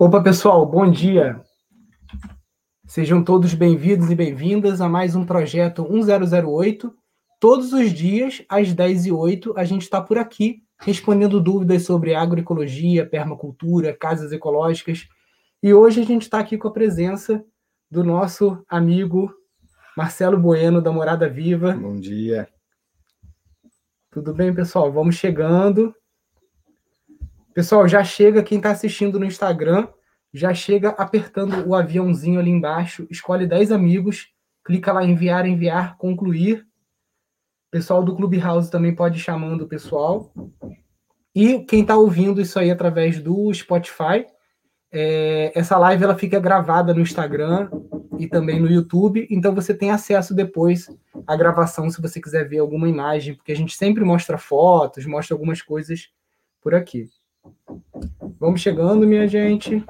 Opa, pessoal, bom dia. Sejam todos bem-vindos e bem-vindas a mais um projeto 1008. Todos os dias, às 10h08, a gente está por aqui respondendo dúvidas sobre agroecologia, permacultura, casas ecológicas. E hoje a gente está aqui com a presença do nosso amigo Marcelo Bueno, da Morada Viva. Bom dia. Tudo bem, pessoal? Vamos chegando. Pessoal, já chega quem está assistindo no Instagram, já chega apertando o aviãozinho ali embaixo, escolhe 10 amigos, clica lá em enviar, concluir. Pessoal do Clubhouse também pode ir chamando o pessoal. E quem está ouvindo isso aí através do Spotify, essa live ela fica gravada no Instagram e também no YouTube, então você tem acesso depois à gravação se você quiser ver alguma imagem, porque a gente sempre mostra fotos, mostra algumas coisas por aqui. Vamos chegando, minha gente.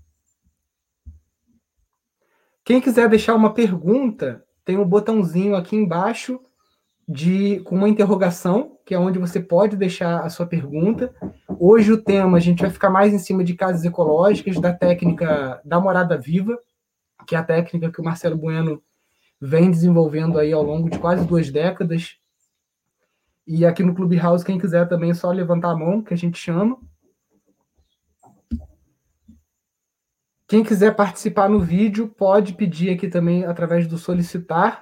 Quem quiser deixar uma pergunta, tem um botãozinho aqui embaixo com uma interrogação, que é onde você pode deixar a sua pergunta. Hoje o tema, a gente vai ficar mais em cima de casas ecológicas, da técnica da Morada Viva, que é a técnica que o Marcelo Bueno vem desenvolvendo aí ao longo de quase 2 décadas. E aqui no Clubhouse, quem quiser também é só levantar a mão, que a gente chama. Quem quiser participar no vídeo, pode pedir aqui também através do solicitar.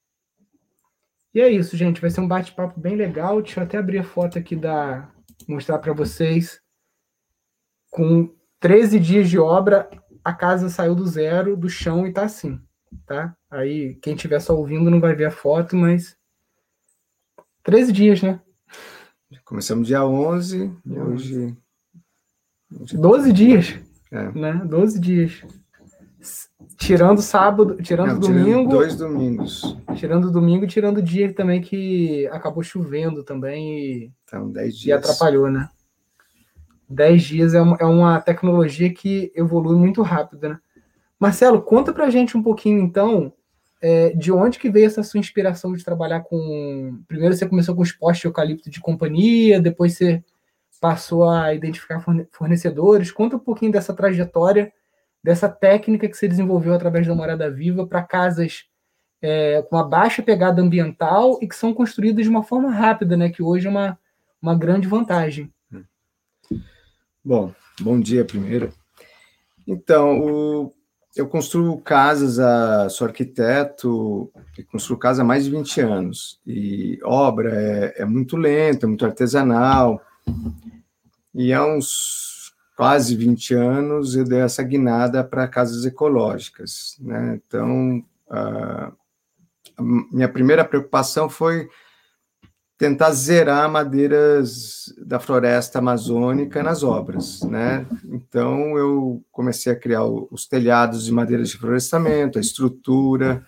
E é isso, gente. Vai ser um bate-papo bem legal. Deixa eu até abrir a foto aqui, mostrar para vocês. Com 13 dias de obra, a casa saiu do zero, do chão, e tá assim, tá? Aí, quem estiver só ouvindo não vai ver a foto, mas 13 dias, né? Começamos dia 11 e hoje... 12 dias. É. Né? 12 dias. Tirando sábado, tirando domingo. 2 domingos. Tirando domingo e tirando o dia também que acabou chovendo também Então, 10 dias. E atrapalhou, né? 10 dias é uma tecnologia que evolui muito rápido, né? Marcelo, conta pra gente um pouquinho, então, de onde que veio essa sua inspiração de trabalhar com... Primeiro você começou com os postes de eucalipto de companhia, depois você passou a identificar fornecedores. Conta um pouquinho dessa trajetória, dessa técnica que você desenvolveu através da Morada Viva para casas com uma baixa pegada ambiental e que são construídas de uma forma rápida, né? Que hoje é uma grande vantagem. Bom dia primeiro. Então, eu construo casas, sou arquiteto e construo casa há mais de 20 anos. E obra é muito lenta, é muito artesanal. E há uns quase 20 anos eu dei essa guinada para casas ecológicas, né? Então, a minha primeira preocupação foi tentar zerar madeiras da floresta amazônica nas obras, né? Então, eu comecei a criar os telhados de madeiras de florestamento, a estrutura.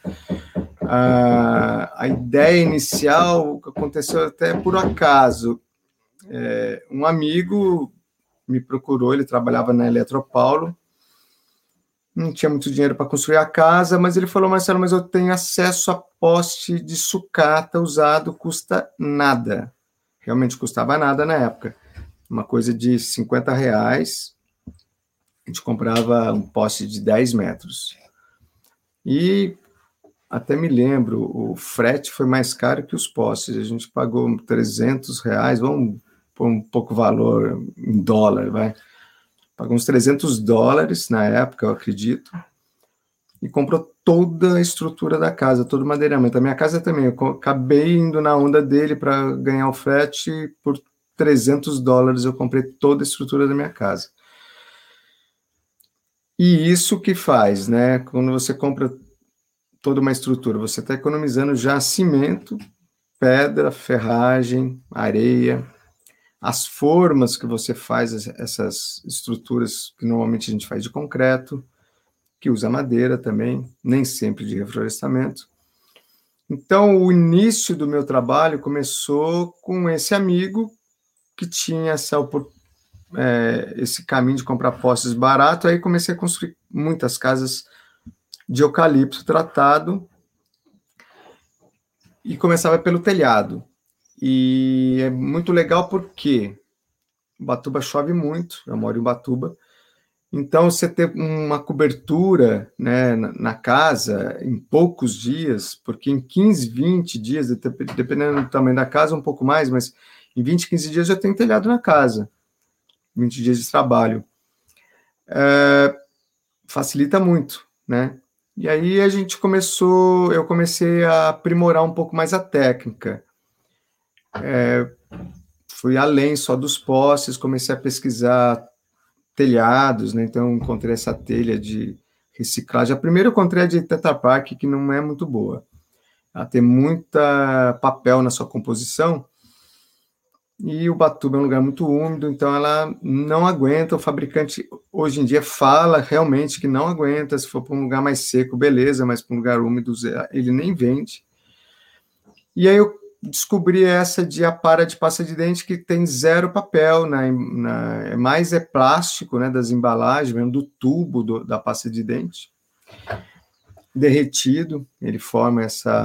A ideia inicial aconteceu até por acaso. Um amigo me procurou, ele trabalhava na Eletropaulo, não tinha muito dinheiro para construir a casa, mas ele falou: Marcelo, mas eu tenho acesso a poste de sucata usado, custa nada. Realmente custava nada na época, uma coisa de R$50. A gente comprava um poste de 10 metros. E até me lembro, o frete foi mais caro que os postes, a gente pagou R$300, vamos por um pouco valor em dólar, vai. Pagou uns $300 na época, eu acredito, e comprou toda a estrutura da casa, todo o madeiramento. A minha casa também, eu acabei indo na onda dele para ganhar o frete, por $300 eu comprei toda a estrutura da minha casa. E isso que faz, né? Quando você compra toda uma estrutura, você está economizando já cimento, pedra, ferragem, areia. As formas que você faz, essas estruturas que normalmente a gente faz de concreto, que usa madeira também, nem sempre de reflorestamento. Então, o início do meu trabalho começou com esse amigo que tinha esse caminho de comprar postes barato. Aí comecei a construir muitas casas de eucalipto tratado e começava pelo telhado. E é muito legal porque Ubatuba chove muito, eu moro em Ubatuba, Então, você ter uma cobertura, né, na casa em poucos dias, porque em 15, 20 dias, dependendo do tamanho da casa, um pouco mais, mas em 20, 15 dias já tem telhado na casa, 20 dias de trabalho. Facilita muito, né? E aí eu comecei a aprimorar um pouco mais a técnica. Fui além só dos postes, comecei a pesquisar telhados, né? Então encontrei essa telha de reciclagem. A primeira eu encontrei a de Tetra Pak, que não é muito boa. Ela tem muita papel na sua composição e o Ubatuba é um lugar muito úmido, então ela não aguenta. O fabricante hoje em dia fala realmente que não aguenta. Se for para um lugar mais seco, beleza, mas para um lugar úmido ele nem vende. E aí eu descobri essa de Apara de pasta de dente, que tem zero papel, mais é plástico, né, das embalagens, mesmo do tubo da pasta de dente, derretido, ele forma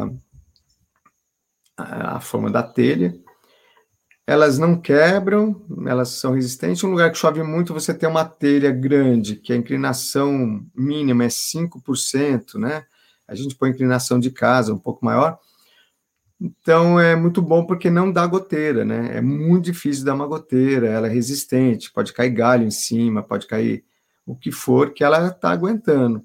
a forma da telha. Elas não quebram, elas são resistentes. Um lugar que chove muito, você tem uma telha grande, que a inclinação mínima é 5%, né? A gente põe inclinação de casa um pouco maior. Então, é muito bom porque não dá goteira, né? É muito difícil dar uma goteira, ela é resistente, pode cair galho em cima, pode cair o que for, que ela está aguentando.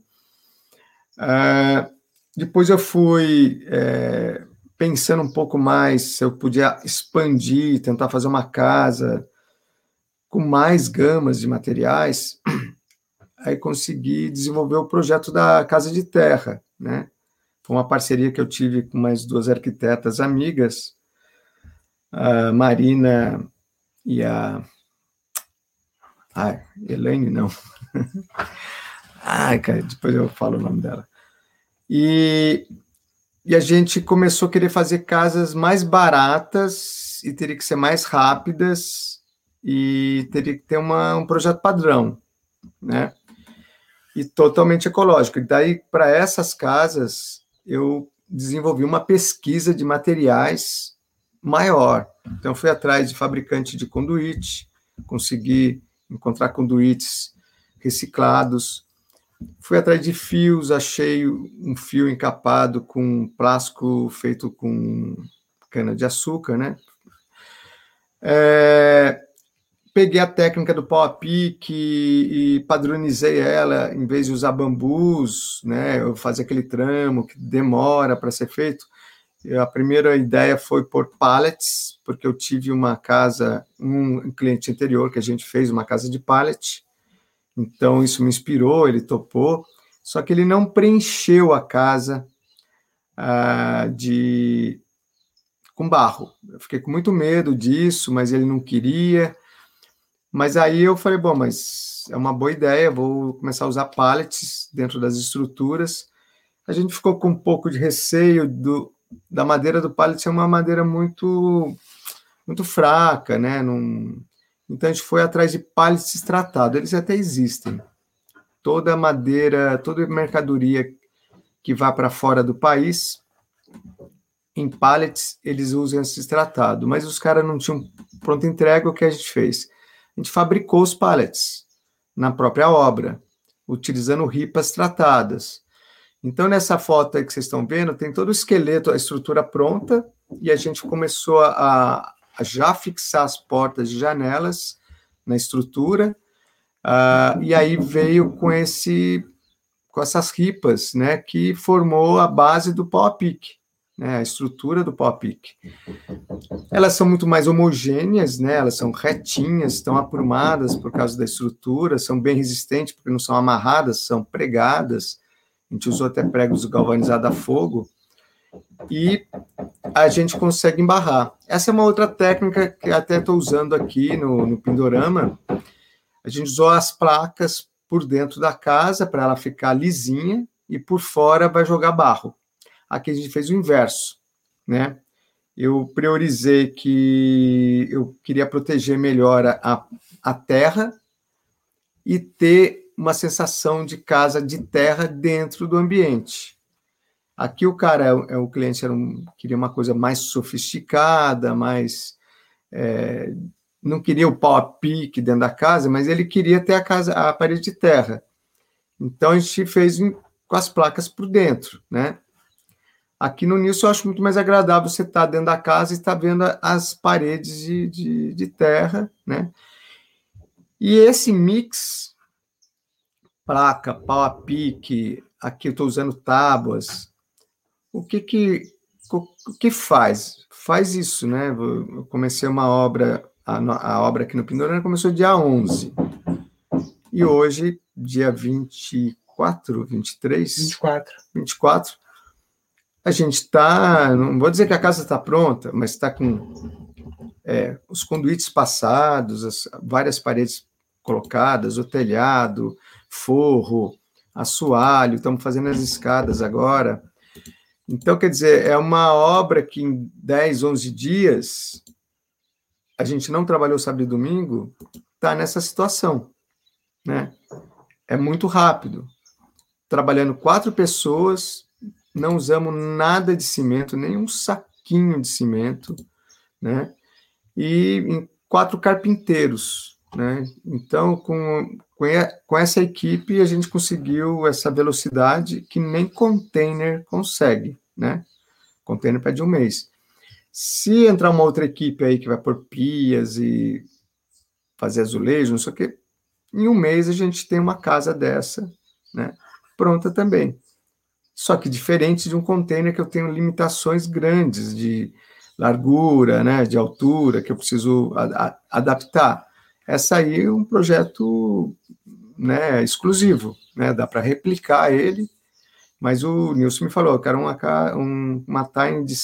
Depois eu fui pensando um pouco mais se eu podia expandir, tentar fazer uma casa com mais gamas de materiais. Aí consegui desenvolver o projeto da casa de terra, né? Foi uma parceria que eu tive com mais duas arquitetas amigas, a Marina e a... Elaine, não. Cara, depois eu falo o nome dela. E a gente começou a querer fazer casas mais baratas e teria que ser mais rápidas e teria que ter um projeto padrão, né? E totalmente ecológico. E daí, para essas casas, eu desenvolvi uma pesquisa de materiais maior. Então, fui atrás de fabricante de conduíte, consegui encontrar conduítes reciclados. Fui atrás de fios, achei um fio encapado com plástico feito com cana-de-açúcar, né? Peguei a técnica do pau a pique e padronizei ela, em vez de usar bambus, né? Eu fazia aquele tramo que demora para ser feito. A primeira ideia foi por pallets, porque eu tive uma casa, um cliente anterior que a gente fez uma casa de pallet, então isso me inspirou, ele topou, só que ele não preencheu a casa com barro. Eu fiquei com muito medo disso, mas ele não queria. Mas aí eu falei, bom, mas é uma boa ideia, vou começar a usar pallets dentro das estruturas. A gente ficou com um pouco de receio da madeira do pallet ser uma madeira muito, muito fraca, né? Então a gente foi atrás de pallets tratados, eles até existem. Toda madeira, toda mercadoria que vá para fora do país, em pallets, eles usam esse tratado, mas os caras não tinham pronta entrega. O que a gente fez? A gente fabricou os pallets na própria obra, utilizando ripas tratadas. Então, nessa foto aí que vocês estão vendo, tem todo o esqueleto, a estrutura pronta, e a gente começou a já fixar as portas e janelas na estrutura, e aí veio com essas ripas, né, que formou a base do pau a pique, né, a estrutura do pau a pique. Elas são muito mais homogêneas, né, elas são retinhas, estão aprumadas por causa da estrutura, são bem resistentes porque não são amarradas, são pregadas. A gente usou até pregos galvanizados a fogo, e a gente consegue embarrar. Essa é uma outra técnica que até estou usando aqui no Pindorama. A gente usou as placas por dentro da casa para ela ficar lisinha, e por fora vai jogar barro. Aqui a gente fez o inverso, né? Eu priorizei que eu queria proteger melhor a terra e ter uma sensação de casa de terra dentro do ambiente. Aqui o cara, o cliente queria uma coisa mais sofisticada, mais não queria o pau a pique dentro da casa, mas ele queria ter a parede de terra. Então, a gente fez com as placas por dentro, né? Aqui no Nilson, eu acho muito mais agradável você estar dentro da casa e estar vendo as paredes de terra, né? E esse mix, placa, pau a pique, aqui eu estou usando tábuas, o que faz? Faz isso, né? Eu comecei uma obra, a obra aqui no Pindorama começou dia 11, e hoje, dia 24, 23? 24, a gente está, não vou dizer que a casa está pronta, mas está com os conduítes passados, várias paredes colocadas, o telhado, forro, assoalho, estamos fazendo as escadas agora. Então, quer dizer, é uma obra que em 10, 11 dias, a gente não trabalhou sábado e domingo, está nessa situação, né? É muito rápido. Trabalhando 4 pessoas, não usamos nada de cimento, nem um saquinho de cimento, né? E em 4 carpinteiros, né? Então, com essa equipe, a gente conseguiu essa velocidade que nem container consegue, né? Container pede um mês. Se entrar uma outra equipe aí que vai pôr pias e fazer azulejo, não sei o quê, em um mês a gente tem uma casa dessa, né? Pronta também. Só que diferente de um container que eu tenho limitações grandes de largura, né, de altura, que eu preciso adaptar. Essa aí é um projeto, né, exclusivo, né, dá para replicar ele, mas o Nilson me falou, eu quero uma tiny de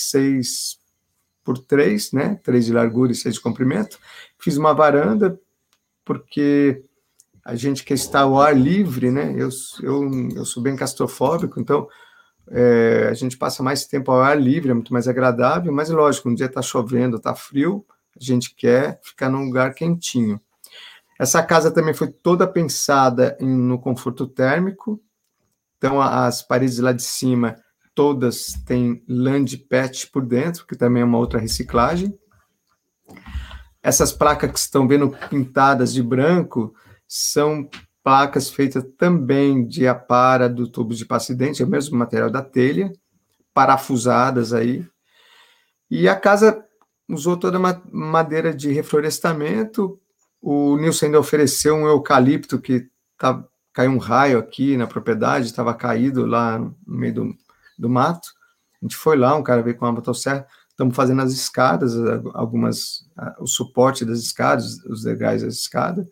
6x3, né, 3 de largura e 6 de comprimento. Fiz uma varanda, porque a gente quer estar ao ar livre, né, eu sou bem claustrofóbico, então a gente passa mais tempo ao ar livre, é muito mais agradável, mas lógico, um dia está chovendo, está frio, a gente quer ficar num lugar quentinho. Essa casa também foi toda pensada no conforto térmico, então as paredes lá de cima, todas têm lã de PET por dentro, que também é uma outra reciclagem. Essas placas que estão vendo pintadas de branco são placas feitas também de apara do tubo de pasta de dente, é o mesmo material da telha, parafusadas aí. E a casa usou toda uma madeira de reflorestamento. O Nilson ainda ofereceu um eucalipto que caiu um raio aqui na propriedade, estava caído lá no meio do mato. A gente foi lá, um cara veio com uma motosserra, estamos fazendo as escadas, o suporte das escadas, os legais das escadas.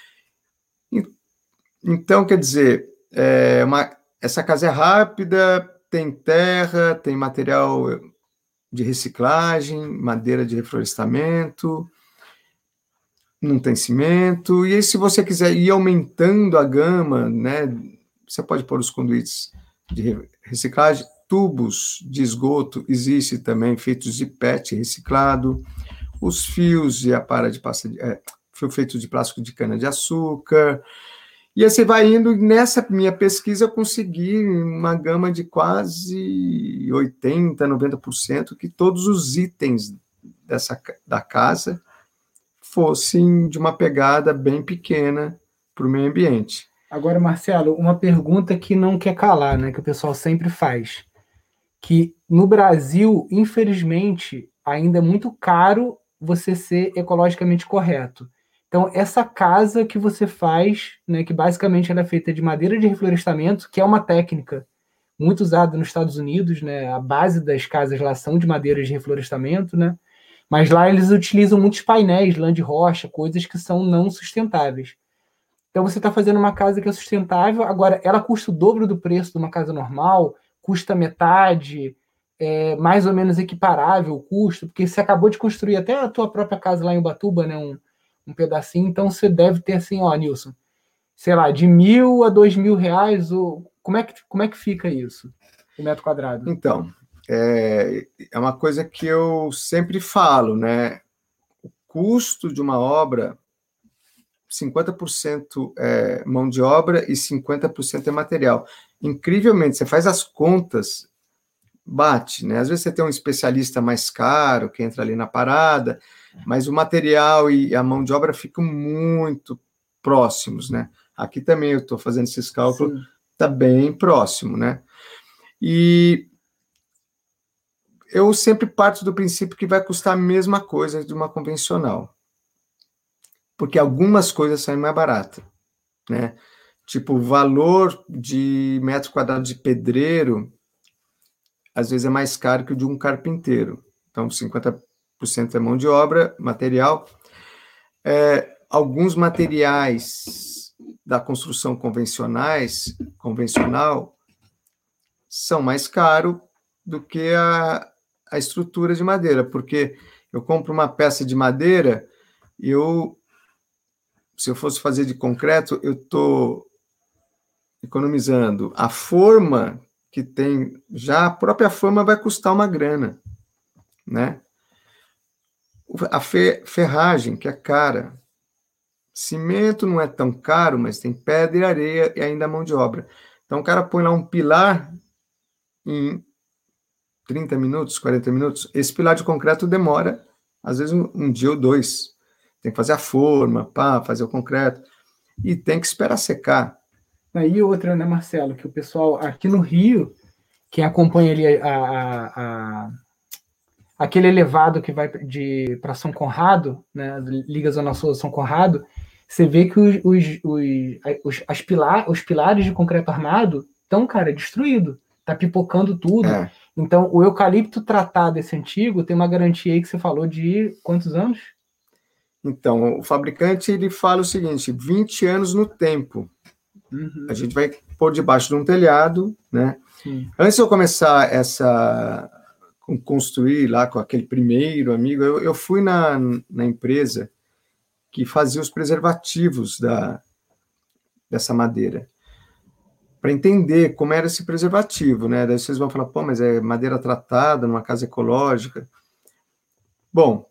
Então, quer dizer, essa casa é rápida, tem terra, tem material de reciclagem, madeira de reflorestamento, não tem cimento, e aí, se você quiser ir aumentando a gama, né, você pode pôr os conduítes de reciclagem, tubos de esgoto existem também, feitos de PET reciclado, os fios e a para de pasta, fio feito de plástico de cana-de-açúcar. E aí você vai indo, nessa minha pesquisa eu consegui uma gama de quase 80%, 90%, que todos os itens da casa fossem de uma pegada bem pequena para o meio ambiente. Agora, Marcelo, uma pergunta que não quer calar, né, que o pessoal sempre faz, que no Brasil, infelizmente, ainda é muito caro você ser ecologicamente correto. Então, essa casa que você faz, né, que basicamente ela é feita de madeira de reflorestamento, que é uma técnica muito usada nos Estados Unidos, né, a base das casas lá são de madeira de reflorestamento, né, mas lá eles utilizam muitos painéis, lã de rocha, coisas que são não sustentáveis. Então, você está fazendo uma casa que é sustentável, agora ela custa o dobro do preço de uma casa normal, custa metade, mais ou menos equiparável o custo, porque você acabou de construir até a tua própria casa lá em Ubatuba, né, um pedacinho, então você deve ter assim, ó, Nilson, sei lá, de R$ 1.000 a R$ 2.000, como é que fica isso, o metro quadrado? Então, é uma coisa que eu sempre falo, né? O custo de uma obra, 50% é mão de obra e 50% é material. Incrivelmente, você faz as contas, bate, né? Às vezes você tem um especialista mais caro que entra ali na parada, Mas o material e a mão de obra ficam muito próximos, né? Aqui também eu estou fazendo esses cálculos, está bem próximo, né? E eu sempre parto do princípio que vai custar a mesma coisa de uma convencional, porque algumas coisas saem mais baratas, né? Tipo, o valor de metro quadrado de pedreiro, às vezes é mais caro que o de um carpinteiro. Então, 50% é mão de obra, material. Alguns materiais da construção convencional são mais caros do que a estrutura de madeira, porque eu compro uma peça de madeira, se eu fosse fazer de concreto, eu estou economizando. A forma que tem, já a própria forma vai custar uma grana, né? A ferragem, que é cara. Cimento não é tão caro, mas tem pedra e areia e ainda mão de obra. Então o cara põe lá um pilar em 30 minutos, 40 minutos. Esse pilar de concreto demora, às vezes, um dia ou dois. Tem que fazer a forma, fazer o concreto. E tem que esperar secar. Aí outra, né, Marcelo, que o pessoal aqui no Rio, quem acompanha ali aquele elevado que vai para São Conrado, né, Liga Zona Sul São Conrado, você vê que os pilares de concreto armado estão, cara, destruído, tá pipocando tudo. Então, o eucalipto tratado, esse antigo, tem uma garantia aí que você falou de quantos anos? Então, o fabricante, ele fala o seguinte, 20 anos no tempo. A gente vai pôr debaixo de um telhado, né? Antes de eu começar construir lá com aquele primeiro amigo, eu fui na empresa que fazia os preservativos dessa madeira, para entender como era esse preservativo, né? Daí vocês vão falar, pô, mas é madeira tratada numa casa ecológica. Bom,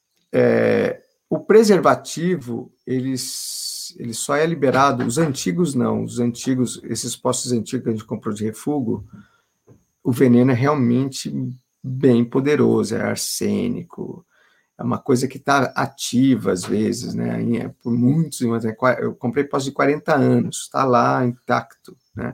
o preservativo, ele só é liberado, os antigos não, esses postos antigos que a gente comprou de refúgio, o veneno é realmente bem poderoso, é arsênico, é uma coisa que está ativa às vezes, né? Por muitos anos, eu comprei posto de 40 anos, está lá intacto, né?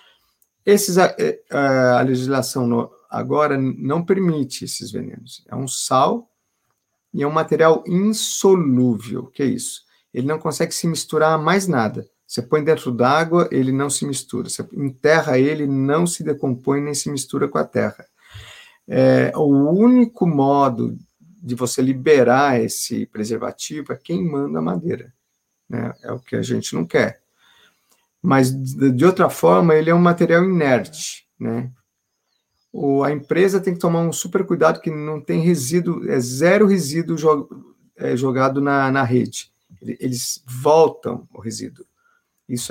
A legislação agora não permite esses venenos, é um sal e é um material insolúvel. O que é isso? Ele não consegue se misturar a mais nada. Você põe dentro d'água, ele não se mistura. Você enterra ele, não se decompõe nem se mistura com a terra. O único modo de você liberar esse preservativo é queimando a madeira, né? É o que a gente não quer. Mas, de outra forma, ele é um material inerte, né? A empresa tem que tomar um super cuidado que não tem resíduo, zero resíduo jogado na rede. Eles voltam o resíduo. Isso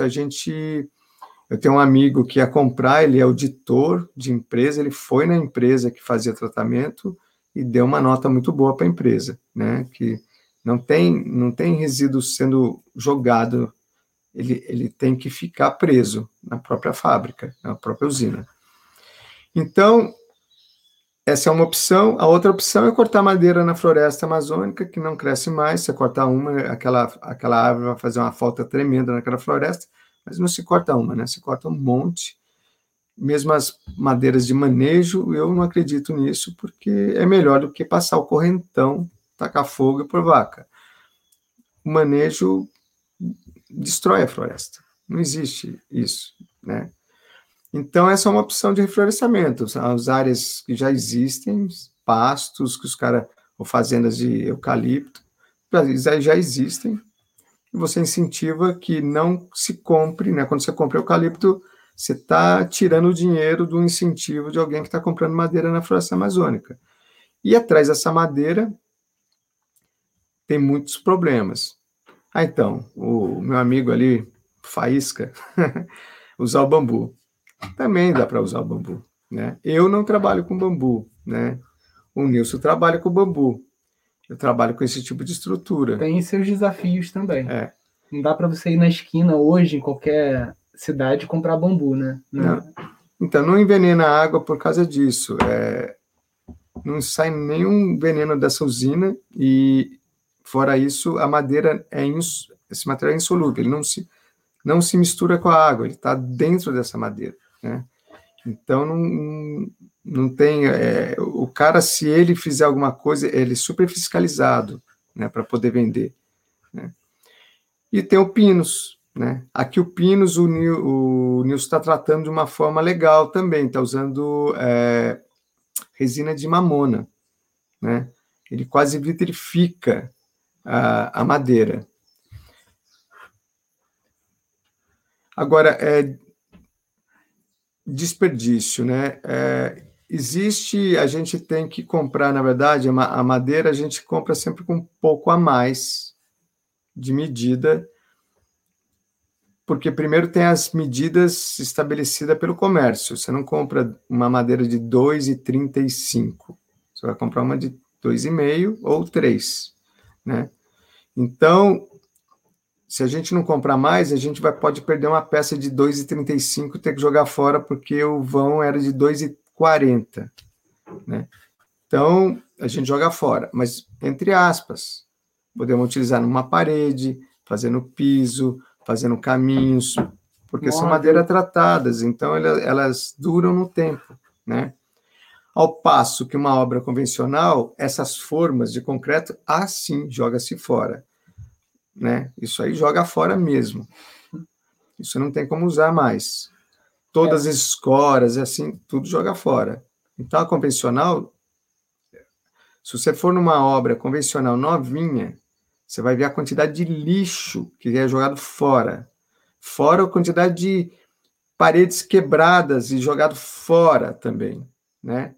eu tenho um amigo que ia comprar, ele é auditor de empresa, ele foi na empresa que fazia tratamento e deu uma nota muito boa para a empresa, né? Que não tem resíduo sendo jogado, ele tem que ficar preso na própria fábrica, na própria usina. Então, essa é uma opção. A outra opção é cortar madeira na floresta amazônica, que não cresce mais. Se você cortar uma, aquela árvore vai fazer uma falta tremenda naquela floresta, mas não se corta uma, né? Se corta um monte. Mesmo as madeiras de manejo, eu não acredito nisso, porque é melhor do que passar o correntão, tacar fogo e pôr vaca. O manejo destrói a floresta. Não existe isso, né? Então, essa é uma opção de reflorestamento. As áreas que já existem, pastos, que os caras, ou fazendas de eucalipto, já existem. E você incentiva que não se compre, né? Quando você compra eucalipto, você está tirando o dinheiro do incentivo de alguém que está comprando madeira na floresta amazônica. E atrás dessa madeira tem muitos problemas. Então, o meu amigo ali, Faísca, usar o bambu. Também dá para usar o bambu, né? Eu não trabalho com bambu, né? O Nilson trabalha com bambu. Eu trabalho com esse tipo de estrutura. Tem seus desafios também. Não dá para você ir na esquina hoje, em qualquer cidade, comprar bambu, né? Não. Então, não envenena a água por causa disso. não sai nenhum veneno dessa usina e, fora isso, a madeira esse material é insolúvel, ele não se mistura com a água, ele está dentro dessa madeira, né? Então, não tem... o cara, se ele fizer alguma coisa, ele é super fiscalizado, né, para poder vender, né? E tem o Pinus, né? Aqui o Pinus, o Nilson está tratando de uma forma legal também, está usando resina de mamona, né? Ele quase vitrifica a madeira. Agora, desperdício, né? Existe, a gente tem que comprar, na verdade, a madeira a gente compra sempre com um pouco a mais de medida, porque primeiro tem as medidas estabelecidas pelo comércio. Você não compra uma madeira de 2,35, você vai comprar uma de 2,5 ou 3, né? Então, se a gente não comprar mais, a gente pode perder uma peça de 2,35 e ter que jogar fora, porque o vão era de 2,40, né? Então, a gente joga fora, mas, entre aspas, podemos utilizar numa parede, fazendo piso, fazendo caminhos, porque são madeiras tratadas, então elas duram no tempo, né? Ao passo que uma obra convencional, essas formas de concreto, assim, joga-se fora, né? Isso aí joga fora mesmo. Isso não tem como usar mais. Todas as escoras, assim, tudo joga fora. Então, a convencional, se você for numa obra convencional novinha, você vai ver a quantidade de lixo que é jogado fora. Fora a quantidade de paredes quebradas e jogado fora também, né?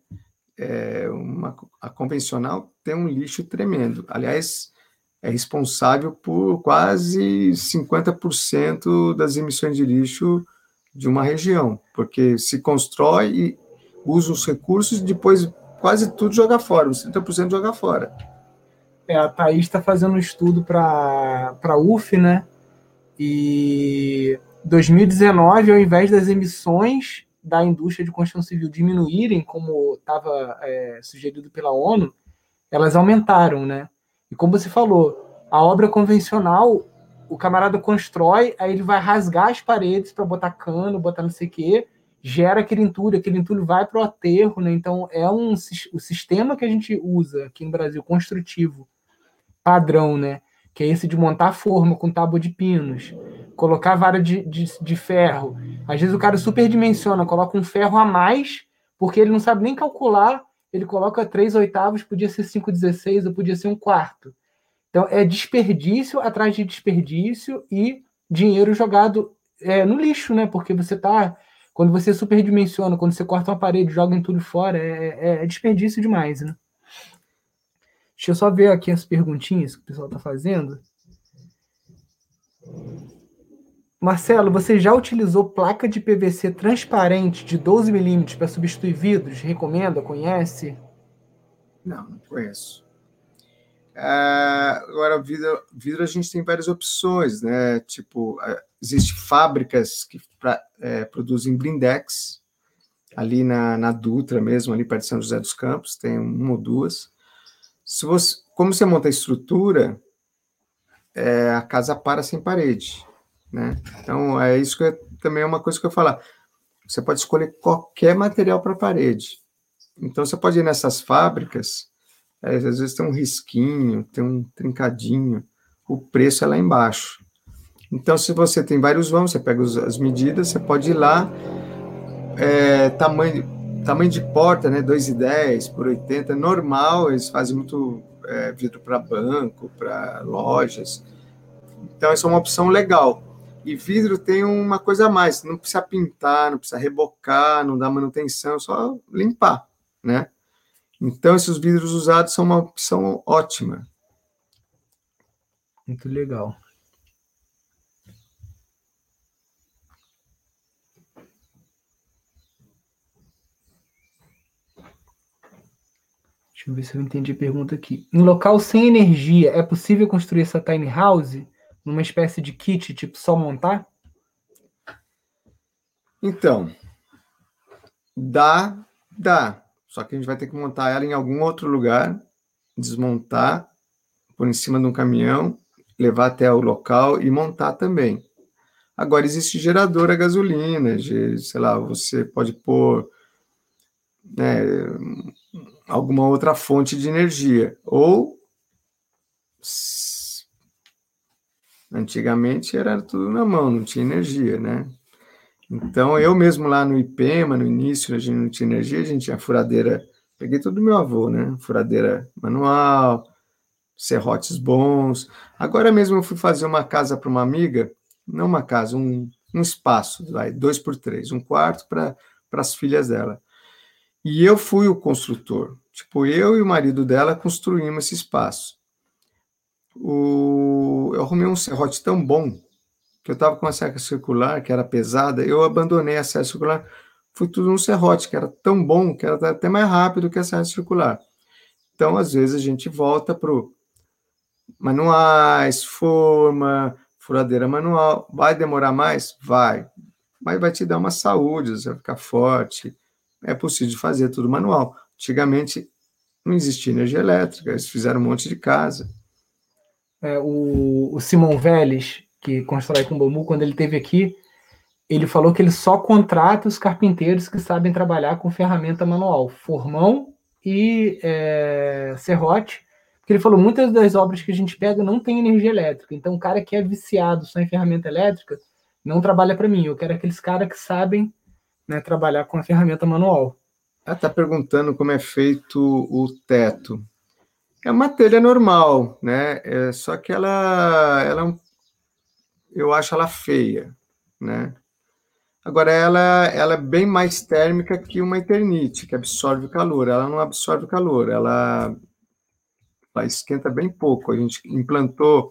A convencional tem um lixo tremendo. Aliás, é responsável por quase 50% das emissões de lixo de uma região, porque se constrói e usa os recursos e depois quase tudo joga fora, uns 30% joga fora. A Thaís está fazendo um estudo para a UF, né? E 2019, ao invés das emissões da indústria de construção civil diminuírem, como estava sugerido pela ONU, elas aumentaram, né? E como você falou, a obra convencional, o camarada constrói, aí ele vai rasgar as paredes para botar cano, botar não sei o quê, gera aquele entulho vai para o aterro, né? Então o sistema que a gente usa aqui no Brasil, construtivo, padrão, né? Que é esse de montar forma com tábua de pinos, colocar vara de ferro. Às vezes o cara superdimensiona, coloca um ferro a mais, porque ele não sabe nem calcular, ele coloca 3/8, podia ser 5/16, ou podia ser 1/4. Então é desperdício atrás de desperdício e dinheiro jogado no lixo, né? Porque quando você superdimensiona, quando você corta uma parede, joga entulho fora, é desperdício demais, né? Deixa eu só ver aqui as perguntinhas que o pessoal está fazendo. Marcelo, você já utilizou placa de PVC transparente de 12 milímetros para substituir vidros? Recomenda? Conhece? Não conheço. Agora, vidro a gente tem várias opções, né? Tipo, existem fábricas que produzem blindex, ali na Dutra mesmo, ali perto de São José dos Campos, tem uma ou duas. Como você monta a estrutura, a casa para sem parede, né? Então, isso que também é uma coisa que eu falar. Você pode escolher qualquer material para a parede. Então, você pode ir nessas fábricas, às vezes tem um risquinho, tem um trincadinho, o preço é lá embaixo. Então, se você tem vários vãos, você pega as medidas, você pode ir lá, tamanho de porta, né, 2,10 por 80, normal, eles fazem muito vidro para banco, para lojas. Então, essa é uma opção legal. E vidro tem uma coisa a mais, não precisa pintar, não precisa rebocar, não dá manutenção, só limpar, né? Então, esses vidros usados são uma opção ótima. Muito legal. Deixa eu ver se eu entendi a pergunta aqui. Em local sem energia, é possível construir essa tiny house numa espécie de kit, tipo só montar? Então, dá. Só que a gente vai ter que montar ela em algum outro lugar, desmontar, por em cima de um caminhão, levar até o local e montar também. Agora, existe gerador a gasolina, sei lá, você pode pôr, né, alguma outra fonte de energia. Ou, antigamente era tudo na mão, não tinha energia, né? Então, eu mesmo lá no IPEMA, no início, a gente não tinha energia, a gente tinha furadeira, peguei tudo do meu avô, né? Furadeira manual, serrotes bons. Agora mesmo eu fui fazer uma casa para uma amiga, não uma casa, um espaço, vai, 2 por 3, um quarto para as filhas dela. E eu fui o construtor. Tipo, eu e o marido dela construímos esse espaço. Eu arrumei um serrote tão bom que eu estava com a serra circular, que era pesada, eu abandonei a serra circular, fui tudo no serrote, que era tão bom, que era até mais rápido que a serra circular. Então, às vezes, a gente volta para manuais, forma, furadeira manual. Vai demorar mais? Vai. Mas vai te dar uma saúde, você vai ficar forte. É possível fazer tudo manual. Antigamente não existia energia elétrica, eles fizeram um monte de casa. O Simão Vélez, que constrói com bambu, quando ele esteve aqui, ele falou que ele só contrata os carpinteiros que sabem trabalhar com ferramenta manual, formão e serrote, porque ele falou muitas das obras que a gente pega não tem energia elétrica, então o cara que é viciado só em ferramenta elétrica não trabalha para mim, eu quero aqueles caras que sabem, né, trabalhar com a ferramenta manual. Ela está perguntando como é feito o teto. É uma telha normal, né? Só que eu acho ela feia, né? Agora, ela é bem mais térmica que uma Eternite, que absorve calor. Ela não absorve calor, ela esquenta bem pouco. A gente implantou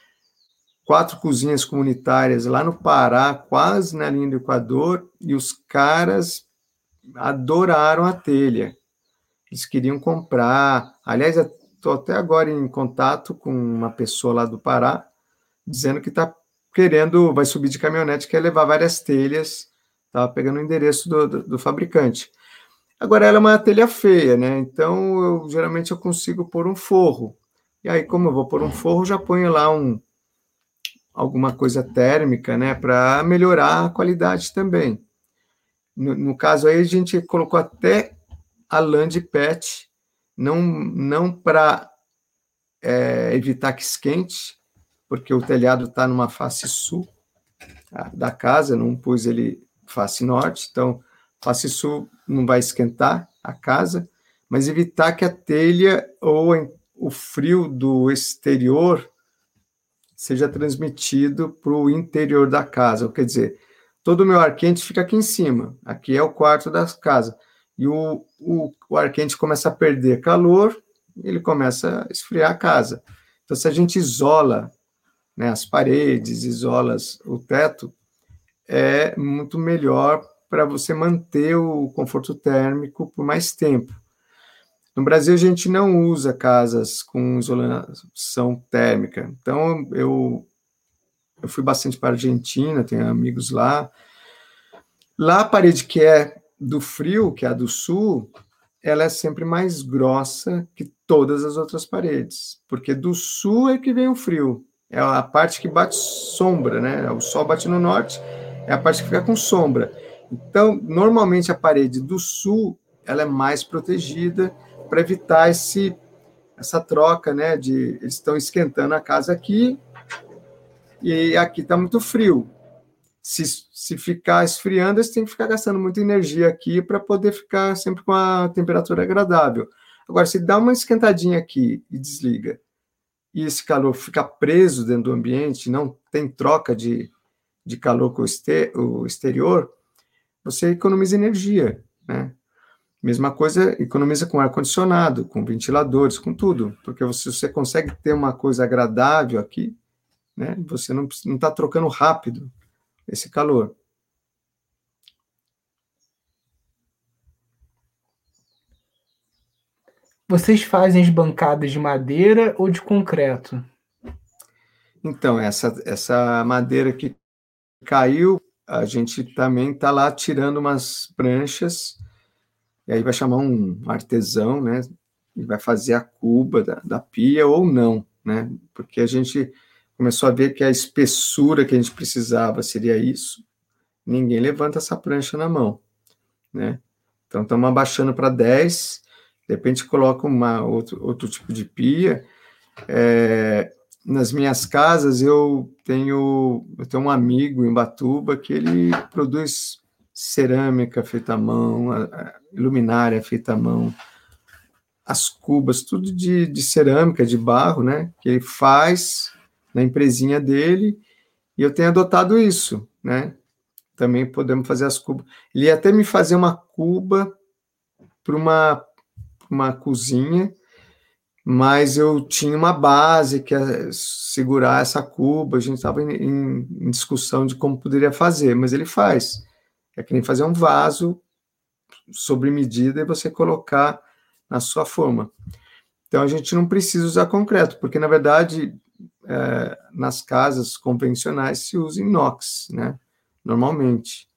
4 cozinhas comunitárias lá no Pará, quase na linha do Equador, e os caras adoraram a telha. Eles queriam comprar. Aliás, estou até agora em contato com uma pessoa lá do Pará, dizendo que está querendo, vai subir de caminhonete, quer levar várias telhas, estava pegando o endereço do fabricante. Agora, ela é uma telha feia, né? Então, geralmente eu consigo pôr um forro. E aí, como eu vou pôr um forro, já ponho lá alguma coisa térmica, né? Para melhorar a qualidade também. No caso aí, a gente colocou até a lã de PET, não para evitar que esquente, porque o telhado está numa face sul da casa, não pus ele face norte, então face sul não vai esquentar a casa, mas evitar que a telha ou o frio do exterior seja transmitido para o interior da casa. Quer dizer, todo o meu ar quente fica aqui em cima, aqui é o quarto da casa, e o ar quente começa a perder calor, ele começa a esfriar a casa. Então, se a gente isola, né, as paredes, isola o teto, é muito melhor para você manter o conforto térmico por mais tempo. No Brasil, a gente não usa casas com isolação térmica. Então, eu fui bastante para a Argentina, tenho amigos lá. Lá, a parede que é do frio, que é a do sul, ela é sempre mais grossa que todas as outras paredes, porque do sul é que vem o frio. É a parte que bate sombra, né? O sol bate no norte, é a parte que fica com sombra. Então, normalmente a parede do sul, ela é mais protegida para evitar essa troca, né? Eles estão esquentando a casa aqui e aqui está muito frio. Se ficar esfriando, eles têm que ficar gastando muita energia aqui para poder ficar sempre com a temperatura agradável. Agora, se dá uma esquentadinha aqui e desliga, e esse calor fica preso dentro do ambiente, não tem troca de calor com o exterior, você economiza energia, né? Mesma coisa, economiza com ar-condicionado, com ventiladores, com tudo, porque você consegue ter uma coisa agradável aqui, né? Você não está trocando rápido esse calor. Vocês fazem as bancadas de madeira ou de concreto? Então, essa madeira que caiu, a gente também está lá tirando umas pranchas E aí vai chamar um artesão, né? E vai fazer a cuba da pia ou não, né? Porque a gente começou a ver que a espessura que a gente precisava seria isso. Ninguém levanta essa prancha na mão, né? Então estamos abaixando para 10, de repente coloca outro tipo de pia. Nas minhas casas eu tenho um amigo em Ubatuba que ele produz cerâmica feita à mão, luminária feita à mão, as cubas, tudo de cerâmica, de barro, né? Que ele faz na empresinha dele, e eu tenho adotado isso, né? Também podemos fazer as cubas. Ele ia até me fazer uma cuba para uma cozinha, mas eu tinha uma base que ia segurar essa cuba, a gente estava em discussão de como poderia fazer, mas ele faz. É que nem fazer um vaso sobre medida e você colocar na sua forma. Então a gente não precisa usar concreto, porque na verdade nas casas convencionais se usa inox, né? Normalmente.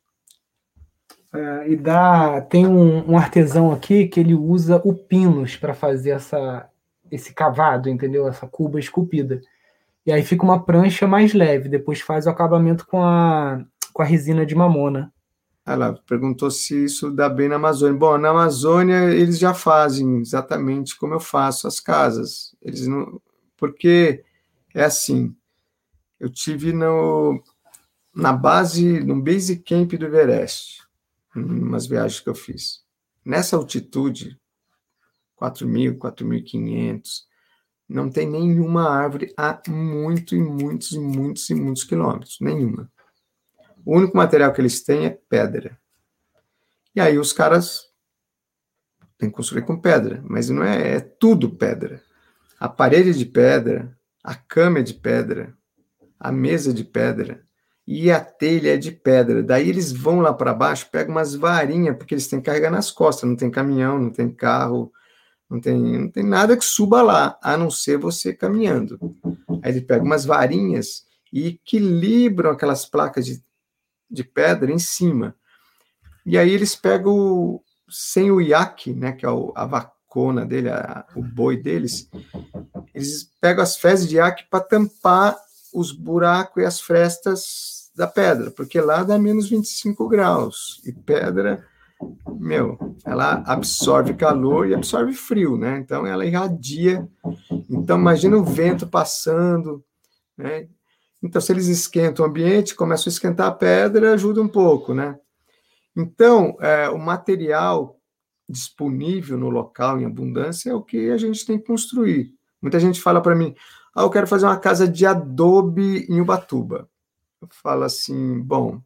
Tem um artesão aqui que ele usa o pinus para fazer esse cavado, entendeu? Essa cuba esculpida. E aí fica uma prancha mais leve, depois faz o acabamento com a resina de mamona. Ela perguntou se isso dá bem na Amazônia. Bom, na Amazônia eles já fazem exatamente como eu faço as casas. Eles não, porque é assim. Eu tive na base, no Base Camp do Everest, em umas viagens que eu fiz. Nessa altitude, 4.000, 4.500, não tem nenhuma árvore há muitos quilômetros. Nenhuma. O único material que eles têm é pedra. E aí os caras têm que construir com pedra, mas não é tudo pedra. A parede é de pedra, a cama é de pedra, a mesa é de pedra e a telha é de pedra. Daí eles vão lá para baixo, pegam umas varinhas, porque eles têm que carregar nas costas, não tem caminhão, não tem carro, não tem nada que suba lá, a não ser você caminhando. Aí ele pega umas varinhas e equilibram aquelas placas de pedra em cima. E aí eles pegam, sem o iaque, né, que é a vacona dele, o boi deles, eles pegam as fezes de iaque para tampar os buracos e as frestas da pedra, porque lá dá menos 25 graus. E pedra, ela absorve calor e absorve frio, né? Então ela irradia. Então imagina o vento passando, né? Então se eles esquentam o ambiente, começam a esquentar a pedra, ajuda um pouco, né? Então, o material disponível no local em abundância é o que a gente tem que construir. Muita gente fala para mim, eu quero fazer uma casa de adobe em Ubatuba. Eu falo assim, bom,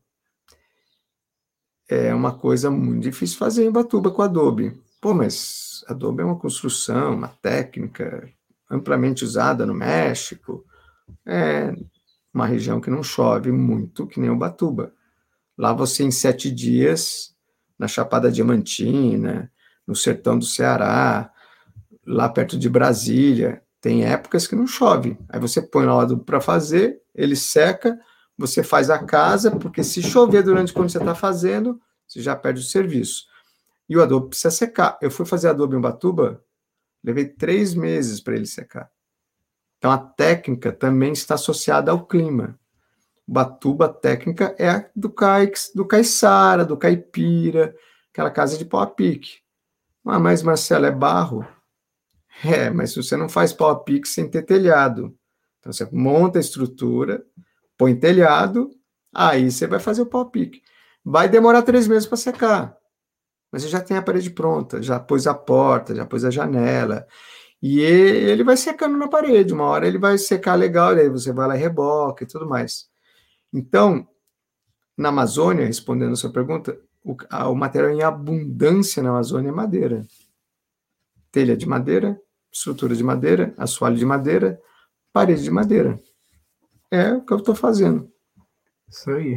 é uma coisa muito difícil fazer em Ubatuba com adobe. Pô, mas adobe é uma construção, uma técnica amplamente usada no México. É uma região que não chove muito, que nem Ubatuba. Lá você, em 7 dias, na Chapada Diamantina, no sertão do Ceará, lá perto de Brasília, tem épocas que não chove. Aí você põe lá para fazer, ele seca, você faz a casa, porque se chover durante quando você está fazendo, você já perde o serviço. E o adobe precisa secar. Eu fui fazer adobe em Ubatuba, levei 3 meses para ele secar. Então a técnica também está associada ao clima. Ubatuba, a técnica é a do caiçara, do caipira, aquela casa de pau a pique. Mas Marcelo, é barro? Mas você não faz pau a pique sem ter telhado. Então você monta a estrutura, põe telhado, aí você vai fazer o pau a pique. Vai demorar 3 meses para secar, mas você já tem a parede pronta, já pôs a porta, já pôs a janela, e ele vai secando na parede. Uma hora ele vai secar legal, aí você vai lá e reboca e tudo mais. Então, na Amazônia, respondendo a sua pergunta, o material em abundância na Amazônia é madeira. Telha de madeira, estrutura de madeira, assoalho de madeira, parede de madeira. É o que eu estou fazendo. Isso aí.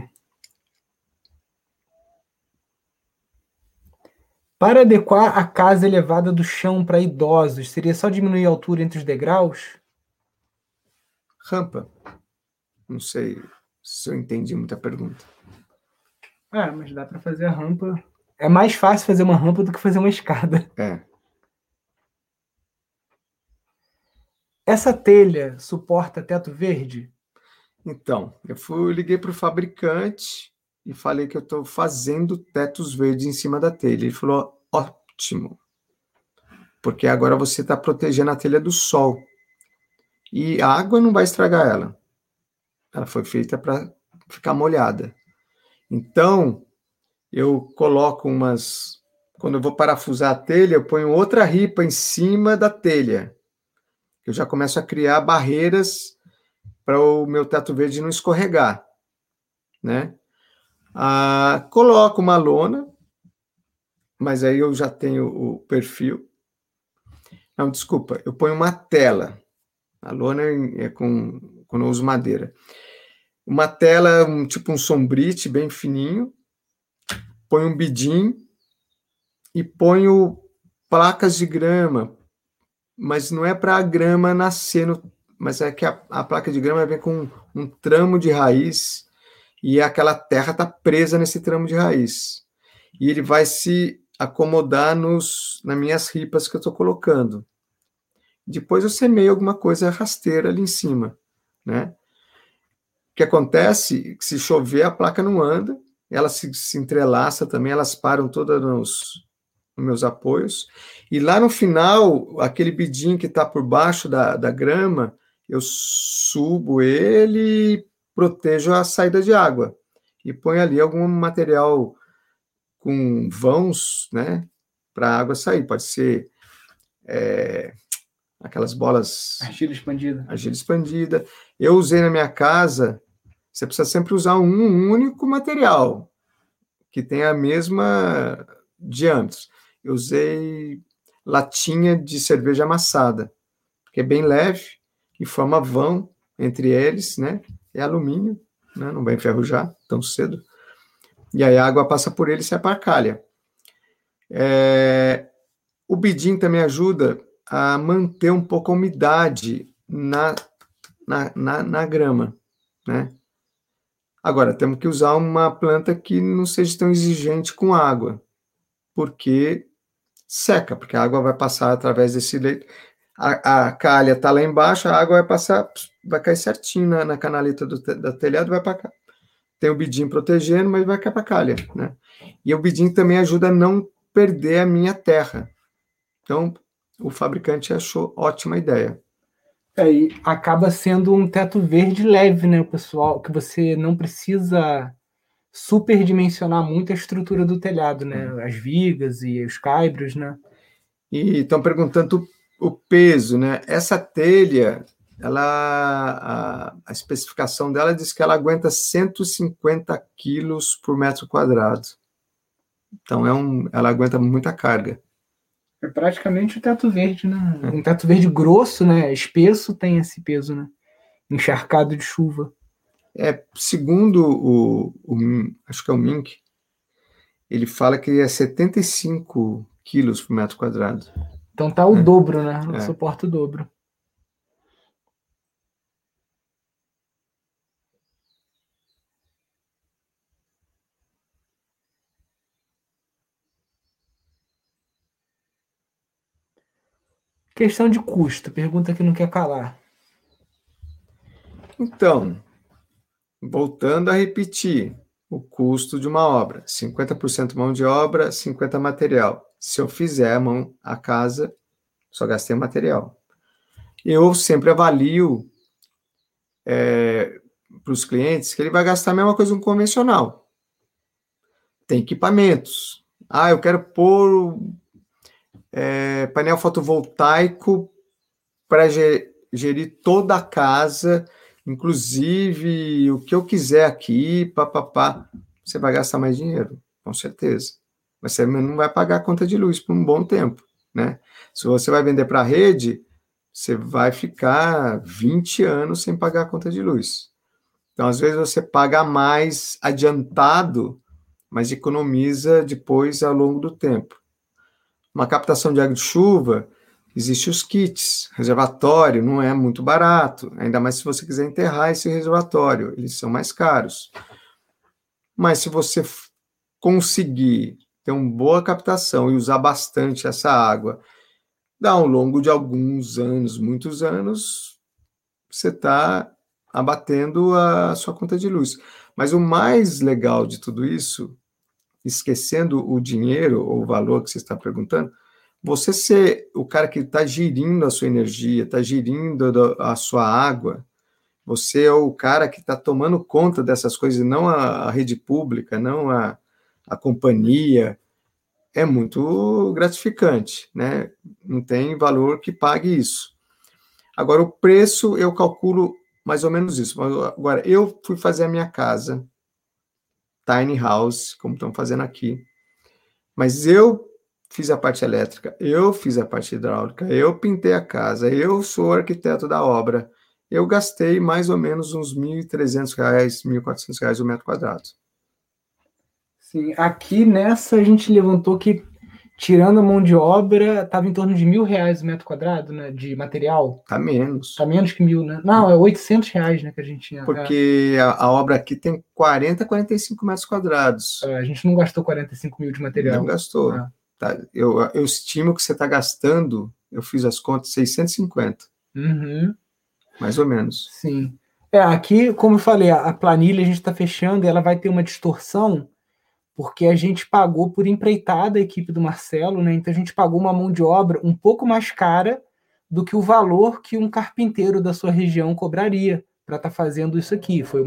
Para adequar a casa elevada do chão para idosos, seria só diminuir a altura entre os degraus? Rampa. Não sei se eu entendi muita pergunta. Mas dá para fazer a rampa. É mais fácil fazer uma rampa do que fazer uma escada. É. Essa telha suporta teto verde? Então, liguei para o fabricante e falei que eu estou fazendo tetos verdes em cima da telha. Ele falou, ótimo, porque agora você está protegendo a telha do sol. E a água não vai estragar ela. Ela foi feita para ficar molhada. Então, eu coloco quando eu vou parafusar a telha, eu ponho outra ripa em cima da telha. Eu já começo a criar barreiras para o meu teto verde não escorregar, né? Coloco uma lona, mas aí eu já tenho o perfil. Não, desculpa, eu ponho uma tela. A lona é quando eu uso madeira. Uma tela, tipo um sombrite bem fininho, ponho um bidim e ponho placas de grama, mas não é para a grama nascer, mas é que a placa de grama vem com um tramo de raiz e aquela terra está presa nesse tramo de raiz. E ele vai se acomodar nas minhas ripas que eu estou colocando. Depois eu semeio alguma coisa rasteira ali em cima, né? O que acontece, se chover, a placa não anda, ela se entrelaça também, elas param todas nos meus apoios, e lá no final, aquele bidim que está por baixo da grama, eu subo ele e protejo a saída de água, e ponho ali algum material com vãos, né, para a água sair, pode ser aquelas bolas... Argila expandida. Eu usei na minha casa, você precisa sempre usar um único material, que tem a mesma diâmetro. Eu usei latinha de cerveja amassada, que é bem leve e forma vão entre eles, né? É alumínio, né? Não vai enferrujar tão cedo. E aí a água passa por ele e sai para a calha. O bidim também ajuda a manter um pouco a umidade na grama, né? Agora, temos que usar uma planta que não seja tão exigente com água, porque seca, porque a água vai passar através desse leito. A calha está lá embaixo, a água vai passar, vai cair certinho na canaleta da telhado, vai para cá. Tem o bidim protegendo, mas vai cair para a calha, né? E o bidim também ajuda a não perder a minha terra. Então, o fabricante achou ótima ideia. E acaba sendo um teto verde leve, né, pessoal? Que você não precisa superdimensionar muito a estrutura do telhado, né? As vigas e os caibros, né? E estão perguntando o peso, né? Essa telha, a especificação dela diz que ela aguenta 150 quilos por metro quadrado. Então, ela aguenta muita carga. É praticamente o teto verde, né? Um teto verde grosso, né? Espesso tem esse peso, né? Encharcado de chuva. Segundo acho que é o Mink, ele fala que é 75 quilos por metro quadrado. Então tá o dobro, né? Suporta o dobro. Questão de custo, pergunta que não quer calar. Então, voltando a repetir, o custo de uma obra, 50% mão de obra, 50% material. Se eu fizer a casa, só gastei material. Eu sempre avalio para os clientes que ele vai gastar a mesma coisa no convencional. Tem equipamentos. Eu quero pôr painel fotovoltaico para gerir toda a casa, inclusive o que eu quiser aqui, papapá. Você vai gastar mais dinheiro, com certeza. Mas você não vai pagar a conta de luz por um bom tempo, né? Se você vai vender para a rede, você vai ficar 20 anos sem pagar a conta de luz. Então, às vezes, você paga mais adiantado, mas economiza depois ao longo do tempo. Uma captação de água de chuva, existem os kits, reservatório não é muito barato, ainda mais se você quiser enterrar esse reservatório, eles são mais caros. Mas se você conseguir ter uma boa captação e usar bastante essa água, ao longo de alguns anos, muitos anos, você está abatendo a sua conta de luz. Mas o mais legal de tudo isso, esquecendo o dinheiro ou o valor que você está perguntando, você ser o cara que está gerindo a sua energia, está gerindo a sua água, você é o cara que está tomando conta dessas coisas, não a rede pública, não a companhia, é muito gratificante, né? Não tem valor que pague isso. Agora, o preço, eu calculo mais ou menos isso. Agora, eu fui fazer a minha casa, tiny house, como estão fazendo aqui, mas eu fiz a parte elétrica, eu fiz a parte hidráulica, eu pintei a casa, eu sou o arquiteto da obra. Eu gastei mais ou menos uns R$ 1.300, R$ 1.400 o metro quadrado. Sim, aqui nessa a gente levantou que, tirando a mão de obra, estava em torno de R$ 1.000 o metro quadrado, né, de material. Tá menos. Tá menos que 1.000, né? Não, é R$ 800, né, que a gente tinha. Porque a obra aqui tem 45 metros quadrados. A gente não gastou 45 mil de material. Não gastou. Tá, eu estimo que você está gastando, eu fiz as contas, 650. Uhum. Mais ou menos. Sim. Aqui, como eu falei, a planilha a gente está fechando e ela vai ter uma distorção, porque a gente pagou por empreitada a equipe do Marcelo, né? Então a gente pagou uma mão de obra um pouco mais cara do que o valor que um carpinteiro da sua região cobraria para estar fazendo isso aqui. Foi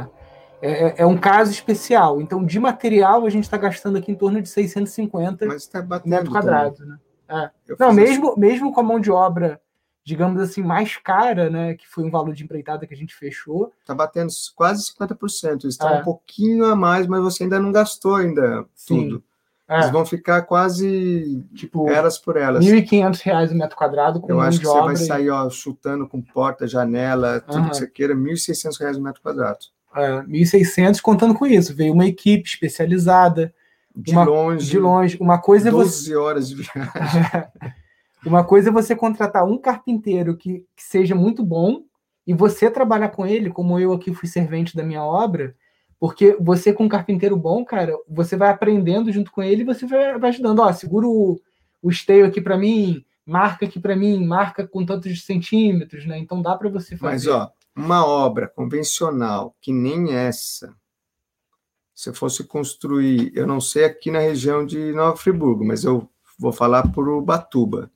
um caso especial. Então, de material, a gente está gastando aqui em torno de 650 metros quadrados. Né? Não, mesmo com a mão de obra, digamos assim, mais cara, né, que foi um valor de empreitada que a gente fechou. Está batendo quase 50%. Está um pouquinho a mais, mas você ainda não gastou tudo. Eles vão ficar quase elas por elas. R$ 1.500 o metro quadrado com mão de obra. Eu acho que você vai sair chutando com porta, janela, tudo que você queira, R$ 1.600 o metro quadrado. 1.600, contando com isso. Veio uma equipe especializada. De longe. Uma coisa 12 horas de viagem. Uma coisa é você contratar um carpinteiro que seja muito bom e você trabalhar com ele, como eu aqui fui servente da minha obra, porque você com um carpinteiro bom, cara, você vai aprendendo junto com ele e você vai ajudando. Segura o esteio aqui para mim, marca aqui para mim, marca com tantos centímetros, né? Então dá para você fazer. Mas, uma obra convencional que nem essa, se eu fosse construir, eu não sei aqui na região de Nova Friburgo, mas eu vou falar por Ubatuba,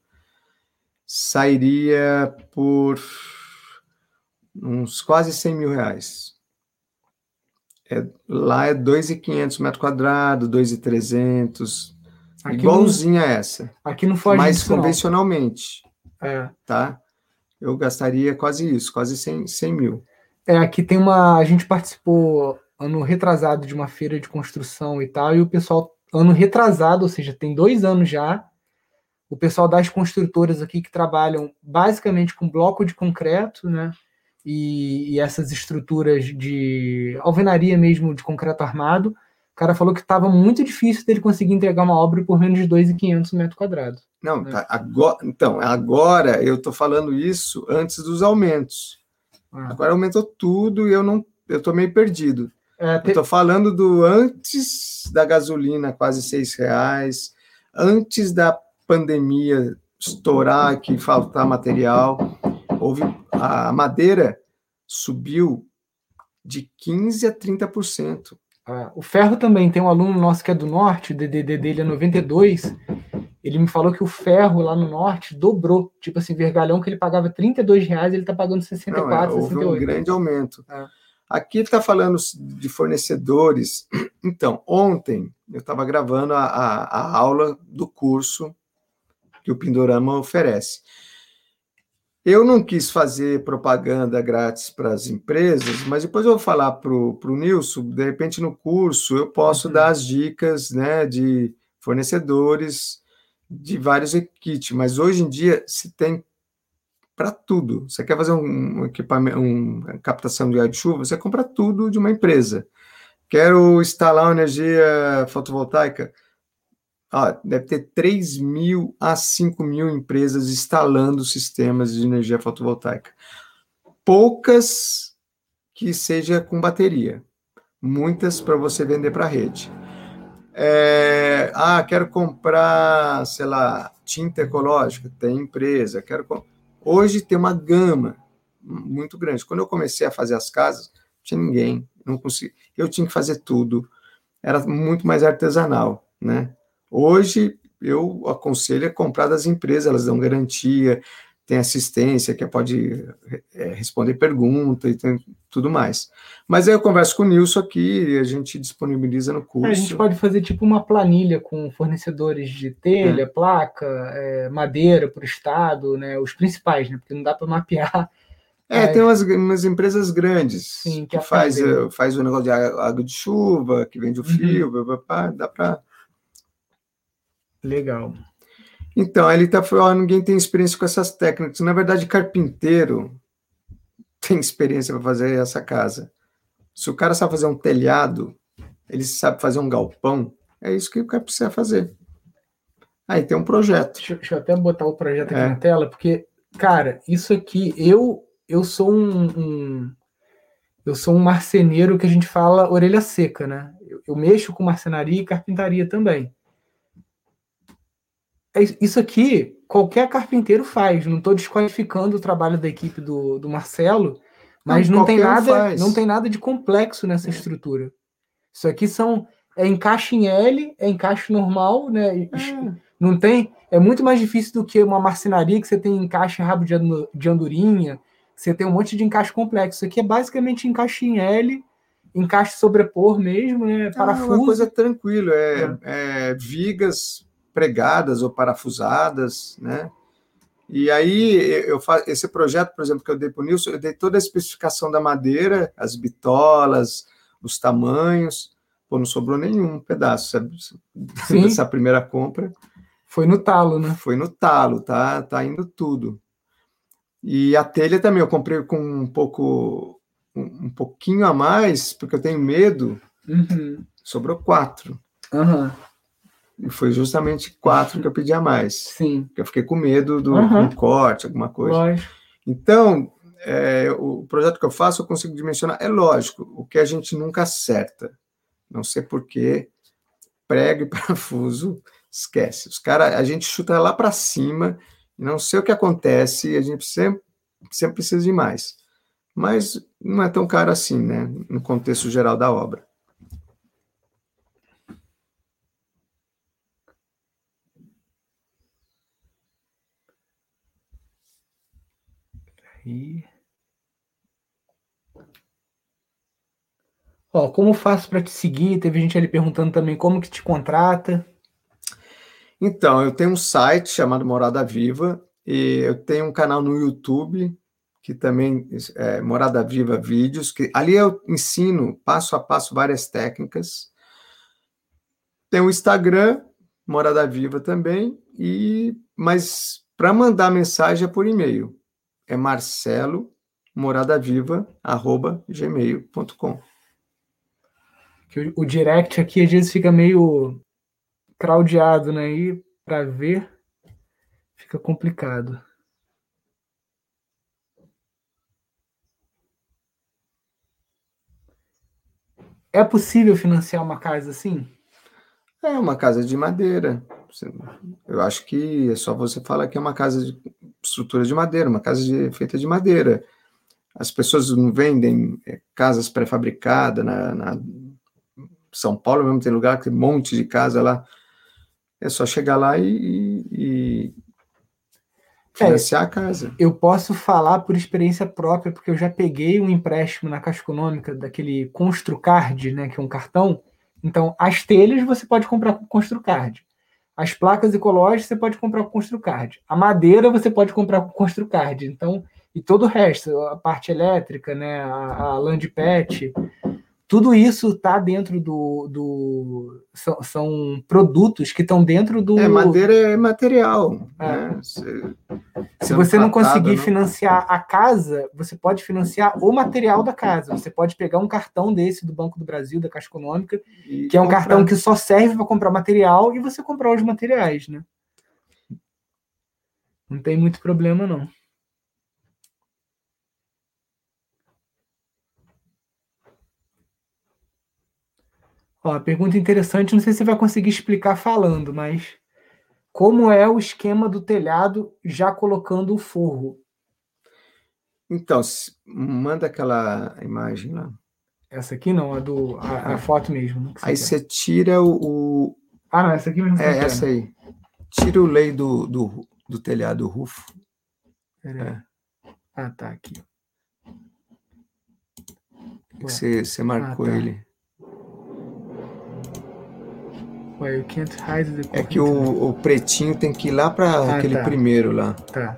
sairia por uns quase R$ 100.000. Lá é 2.500 metros quadrados, 2.300, igualzinha essa. Aqui não foge mas disso, convencionalmente, tá? Eu gastaria quase isso, quase 100 mil. Aqui tem a gente participou ano retrasado de uma feira de construção e tal, e o pessoal, ano retrasado, ou seja, tem 2 anos já, o pessoal das construtoras aqui que trabalham basicamente com bloco de concreto, né? E essas estruturas de alvenaria mesmo, de concreto armado, o cara falou que estava muito difícil dele conseguir entregar uma obra por menos de 2.500 metros quadrados. Não, né? Agora eu estou falando isso antes dos aumentos. Agora aumentou tudo e eu estou meio perdido. Eu estou falando do antes da gasolina, quase R$6, antes da pandemia estourar, que faltar material, a madeira subiu de 15% a 30%. O ferro também, tem um aluno nosso que é do norte, o DDD dele é 92, ele me falou que o ferro lá no norte dobrou, tipo assim, vergalhão que ele pagava R$32, ele está pagando 64, houve 68. Um grande aumento. Aqui está falando de fornecedores. Então, ontem eu estava gravando a aula do curso que o Pindorama oferece. Eu não quis fazer propaganda grátis para as empresas, mas depois eu vou falar para o Nilson, de repente no curso eu posso dar as dicas, né, de fornecedores de vários kits, mas hoje em dia se tem para tudo. Você quer fazer um equipamento, uma captação de ar de chuva, você compra tudo de uma empresa. Quero instalar uma energia fotovoltaica, deve ter 3.000 a 5.000 empresas instalando sistemas de energia fotovoltaica. Poucas que seja com bateria, muitas para você vender para a rede. Quero comprar, sei lá, tinta ecológica, tem empresa. Hoje tem uma gama muito grande. Quando eu comecei a fazer as casas, não tinha ninguém, não consegui. Eu tinha que fazer tudo. Era muito mais artesanal, né? Hoje eu aconselho a comprar das empresas, elas dão garantia, tem assistência que pode responder pergunta e tem tudo mais. Mas aí eu converso com o Nilson aqui e a gente disponibiliza no A gente curso. pode fazer tipo uma planilha com fornecedores de telha, placa, madeira para o estado, né? Os principais, né? Porque não dá para mapear. Tem Mas umas empresas grandes sim, que que faz, atendem. faz o negócio de água de chuva, que vende o Uhum, fio, dá para. legal. Então, ele está falando, ninguém tem experiência com essas técnicas. Na verdade, carpinteiro tem experiência para fazer essa casa. Se o cara sabe fazer um telhado, ele sabe fazer um galpão, é isso que o cara precisa fazer. Aí tem um projeto. Deixa eu até botar o projeto aqui na É, tela, porque, cara, isso aqui, eu sou eu sou um marceneiro que a gente fala orelha seca, né? Eu mexo com marcenaria e carpintaria também. Isso aqui qualquer carpinteiro faz. Não estou desqualificando o trabalho da equipe do Marcelo, não, mas qualquer um não faz. tem nada de complexo nessa estrutura. Isso aqui é encaixe em L, é encaixe normal, né? Não tem, é muito mais difícil do que uma marcenaria que você tem encaixe rabo de andorinha, você tem um monte de encaixe complexo. Isso aqui é basicamente encaixe em L, encaixe sobrepor mesmo, né? Uma coisa Parafuso. tranquila, É. vigas pregadas ou parafusadas, né? E aí eu faço esse projeto, por exemplo, que eu dei para o Nilson, eu dei toda a especificação da madeira, as bitolas, os tamanhos. Pô, não sobrou nenhum pedaço, sabe? Dessa Sim, primeira compra. foi no talo, né? Foi no talo, tá indo tudo. E a telha também eu comprei com um pouquinho a mais, porque eu tenho medo, Uhum. sobrou 4. Aham. E foi justamente 4 que eu pedi a mais. Sim. Porque eu fiquei com medo de um Aham. corte, alguma coisa. Lógico. Então, o projeto que eu faço, eu consigo dimensionar. É lógico, o que a gente nunca acerta. Não sei por quê, prego e parafuso, esquece. A gente chuta lá para cima, não sei o que acontece, a gente sempre precisa de mais. Mas não é tão caro assim, né? No contexto geral da obra. E... Ó, como faço para te seguir? Teve gente ali perguntando também como que te contrata. Então, eu tenho um site chamado Morada Viva e eu tenho um canal no YouTube que também é Morada Viva Vídeos, que ali eu ensino passo a passo várias técnicas. Tem o Instagram, Morada Viva também, mas para mandar mensagem é por e-mail. É marcelo moradaviva@gmail.com. Que o direct aqui às vezes fica meio craudiado, né? E para ver fica complicado. É possível financiar uma casa assim? É uma casa de madeira. Eu acho que é só você falar que é uma casa de estrutura de madeira, uma casa feita de madeira. As pessoas não vendem casas pré-fabricadas. Na São Paulo mesmo tem lugar que tem um monte de casa lá. É só chegar lá e É, financiar a casa. eu posso falar por experiência própria, porque eu já peguei um empréstimo na Caixa Econômica daquele Construcard, né, que é um cartão. Então, as telhas você pode comprar com Construcard. As placas ecológicas você pode comprar com Construcard. A madeira você pode comprar com Construcard. Então, e todo o resto, a parte elétrica, né, a land pet, tudo isso está dentro são produtos que estão dentro Madeira é material, é, né? se Sendo você não tratada, conseguir não. financiar a casa, você pode financiar o material da casa. Você pode pegar um cartão desse do Banco do Brasil, da Caixa Econômica, E que é um cartão comprar. que só serve para comprar material e você comprar os materiais, né? Não tem muito problema, não. Ó, pergunta interessante, não sei se você vai conseguir explicar falando, mas como é o esquema do telhado já colocando o forro? Então, manda aquela imagem lá. Essa aqui não, a foto mesmo, né, que você Aí quer. você tira Ah, não, essa aqui mesmo que eu essa quero. aí. Tira o lei do telhado rufo. Pera aí. É, Ah, tá, aqui. que Ué. você Ah, marcou tá. ele. Ué, you can't hide the É que corrente. o pretinho tem que ir lá para Ah, aquele tá, primeiro lá. tá.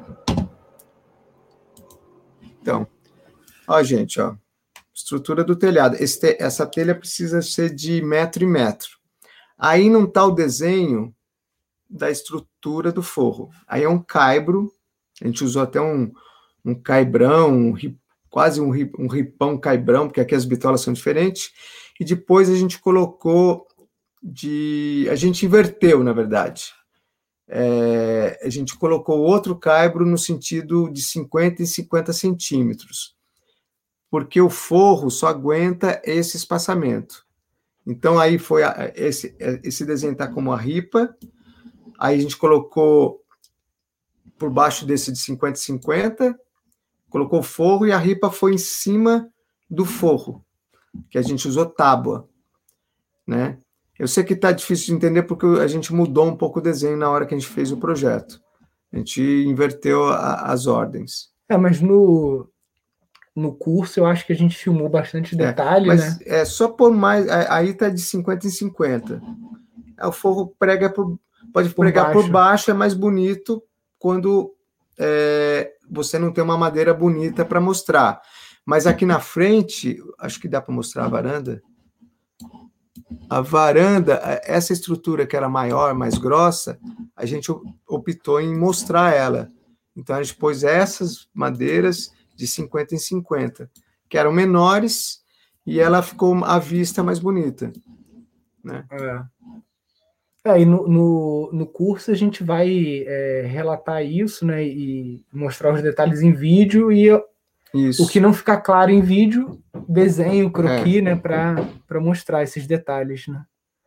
Então, ó, gente, ó. Estrutura do telhado. Essa telha precisa ser de metro e metro. Aí não está o desenho da estrutura do forro. Aí é um caibro. A gente usou até um caibrão, quase um ripão caibrão, porque aqui as bitolas são diferentes. E depois a gente colocou a gente inverteu, na verdade. A gente colocou outro caibro no sentido de 50 e 50 centímetros, porque o forro só aguenta esse espaçamento. Então aí foi esse desenho está como a ripa, aí a gente colocou por baixo desse de 50 e 50, colocou o forro e a ripa foi em cima do forro, que a gente usou tábua, né? Eu sei que está difícil de entender porque a gente mudou um pouco o desenho na hora que a gente fez o projeto. A gente inverteu as ordens. É, mas no curso eu acho que a gente filmou bastante detalhe, Mas né? é só por mais. Aí está de 50 em 50. O forro pode Por pregar por baixo. baixo, é mais bonito quando você não tem uma madeira bonita para mostrar. Mas aqui na frente, acho que dá para mostrar a varanda. A varanda, essa estrutura que era maior, mais grossa, a gente optou em mostrar ela. Então a gente pôs essas madeiras de 50 em 50, que eram menores, e ela ficou à vista mais bonita, né? E no curso a gente vai relatar isso, né? E mostrar os detalhes em vídeo e o que Isso. não ficar claro em vídeo, desenho, É. croquis, né? Para mostrar esses detalhes, né?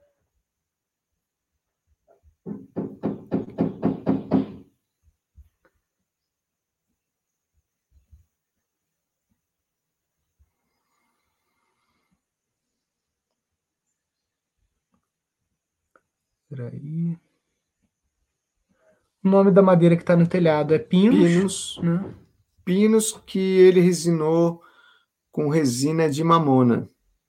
Peraí. O nome da madeira que está no telhado é pinos, Pinos, né? pinos que ele resinou com resina de mamona.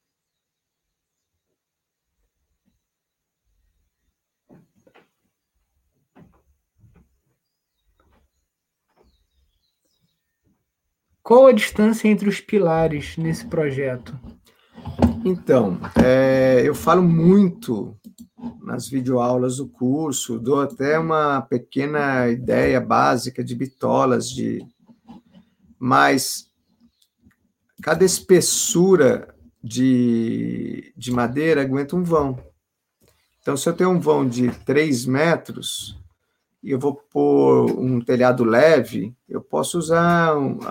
Qual a distância entre os pilares nesse projeto? Então, eu falo muito nas videoaulas do curso, dou até uma pequena ideia básica de bitolas, mas cada espessura de madeira aguenta um vão. Então, se eu tenho um vão de 3 metros e eu vou pôr um telhado leve, eu posso usar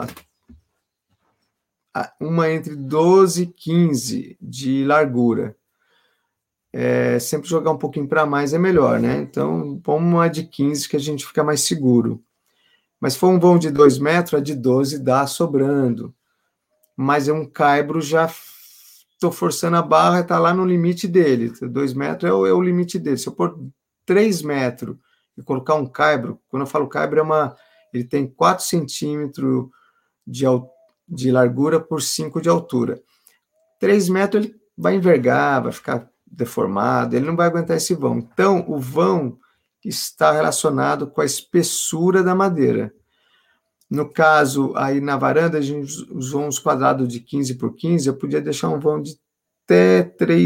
uma entre 12 e 15 de largura. Sempre jogar um pouquinho para mais é melhor, né? Então, vamos uma de 15 que a gente fica mais seguro. Mas se for um vão de 2 metros, a de 12 dá sobrando. Mas é um caibro, já estou forçando a barra, está lá no limite dele. 2 metros é o limite dele. Se eu pôr 3 metros e colocar um caibro, quando eu falo caibro, ele tem 4 centímetros de largura por 5 de altura. 3 metros ele vai envergar, vai ficar deformado, ele não vai aguentar esse vão. Então, o vão está relacionado com a espessura da madeira. No caso, aí na varanda, a gente usou uns quadrados de 15 por 15, eu podia deixar um vão de até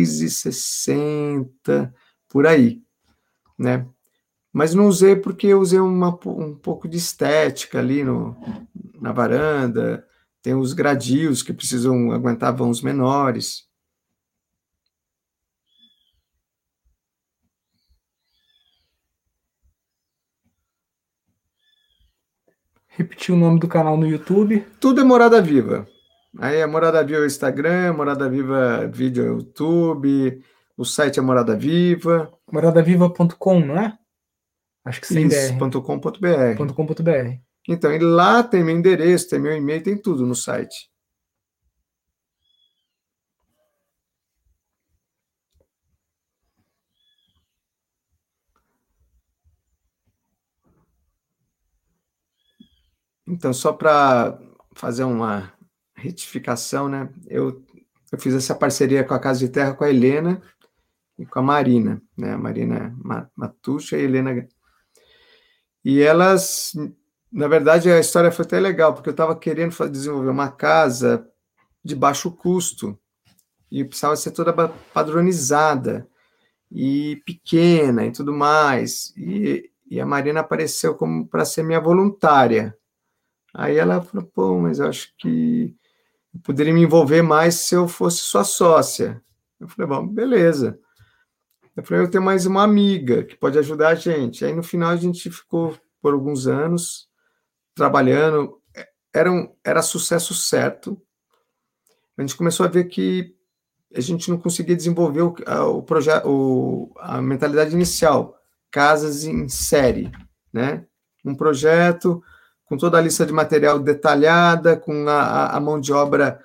3,60 por aí, né? Mas não usei porque eu usei um pouco de estética ali na varanda, tem os gradios que precisam aguentar vãos menores. Repetir o nome do canal no YouTube. Tudo é Morada Viva. Aí é Morada Viva Instagram, Morada Viva vídeo YouTube, O site é Morada Viva. Moradaviva.com, não é? Acho que sem Isso, BR. .com.br. .com.br. Então, e lá tem meu endereço, tem meu e-mail, tem tudo no site. Então, só para fazer uma retificação, né? Eu fiz essa parceria com a Casa de Terra com a Helena e com a Marina, né? A Marina Matucha e a Helena. E elas, na verdade, a história foi até legal, porque eu estava querendo desenvolver uma casa de baixo custo e precisava ser toda padronizada e pequena e tudo mais. E a Marina apareceu como para ser minha voluntária. Aí ela falou, pô, mas eu acho que eu poderia me envolver mais se eu fosse sua sócia. Eu falei, bom, beleza. Eu falei, eu tenho mais uma amiga que pode ajudar a gente. Aí no final a gente ficou por alguns anos trabalhando. Era sucesso certo. A gente começou a ver que a gente não conseguia desenvolver o projeto, a mentalidade inicial, casas em série, né? Um projeto com toda a lista de material detalhada, com a mão de obra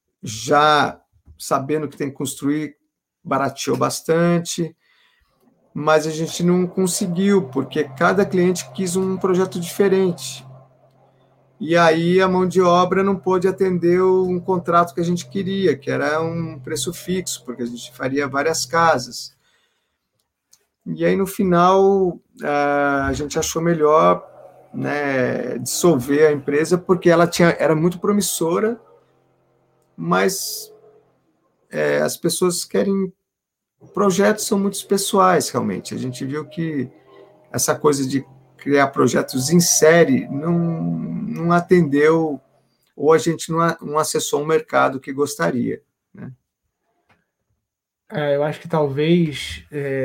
já sabendo que tem que construir, barateou bastante, mas a gente não conseguiu, porque cada cliente quis um projeto diferente. E aí a mão de obra não pôde atender um contrato que a gente queria, que era um preço fixo, porque a gente faria várias casas. E aí, no final, a gente achou melhor, né, dissolver a empresa, porque ela era muito promissora, mas as pessoas querem... Projetos são muito pessoais, realmente. A gente viu que essa coisa de criar projetos em série não atendeu, ou a gente não acessou um mercado que gostaria, né? Eu acho que talvez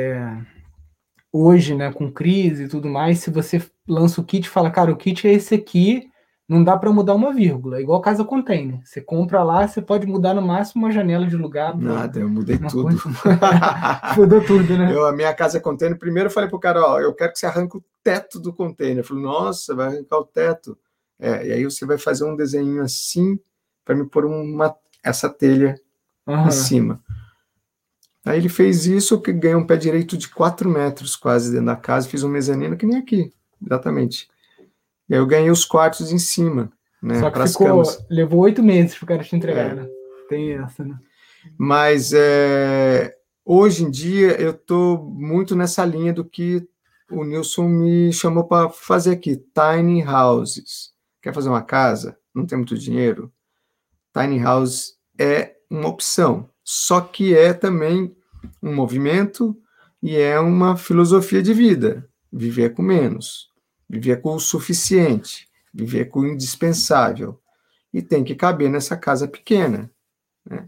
hoje, né, com crise e tudo mais, se você lança o kit e fala, cara, o kit é esse aqui, não dá para mudar uma vírgula, igual casa container. Você compra lá, você pode mudar no máximo uma janela de lugar. Nada, eu mudei tudo. Mudou tudo, né? A minha casa container, primeiro eu falei pro cara, ó, eu quero que você arranque o teto do container. Eu falei, nossa, vai arrancar o teto. E aí você vai fazer um desenho assim, para me pôr essa telha em cima. Aí ele fez isso, que ganhou um pé direito de 4 metros quase dentro da casa, fiz um mezanino que nem aqui, exatamente. E aí eu ganhei os quartos em cima, né? Só que levou 8 meses para o cara te entregar, né? Tem essa, né? Mas hoje em dia eu estou muito nessa linha do que o Nilson me chamou para fazer aqui, tiny houses. Quer fazer uma casa? Não tem muito dinheiro? Tiny house é uma opção, só que é também um movimento e é uma filosofia de vida. Viver com menos, viver com o suficiente, viver com o indispensável. E tem que caber nessa casa pequena, né?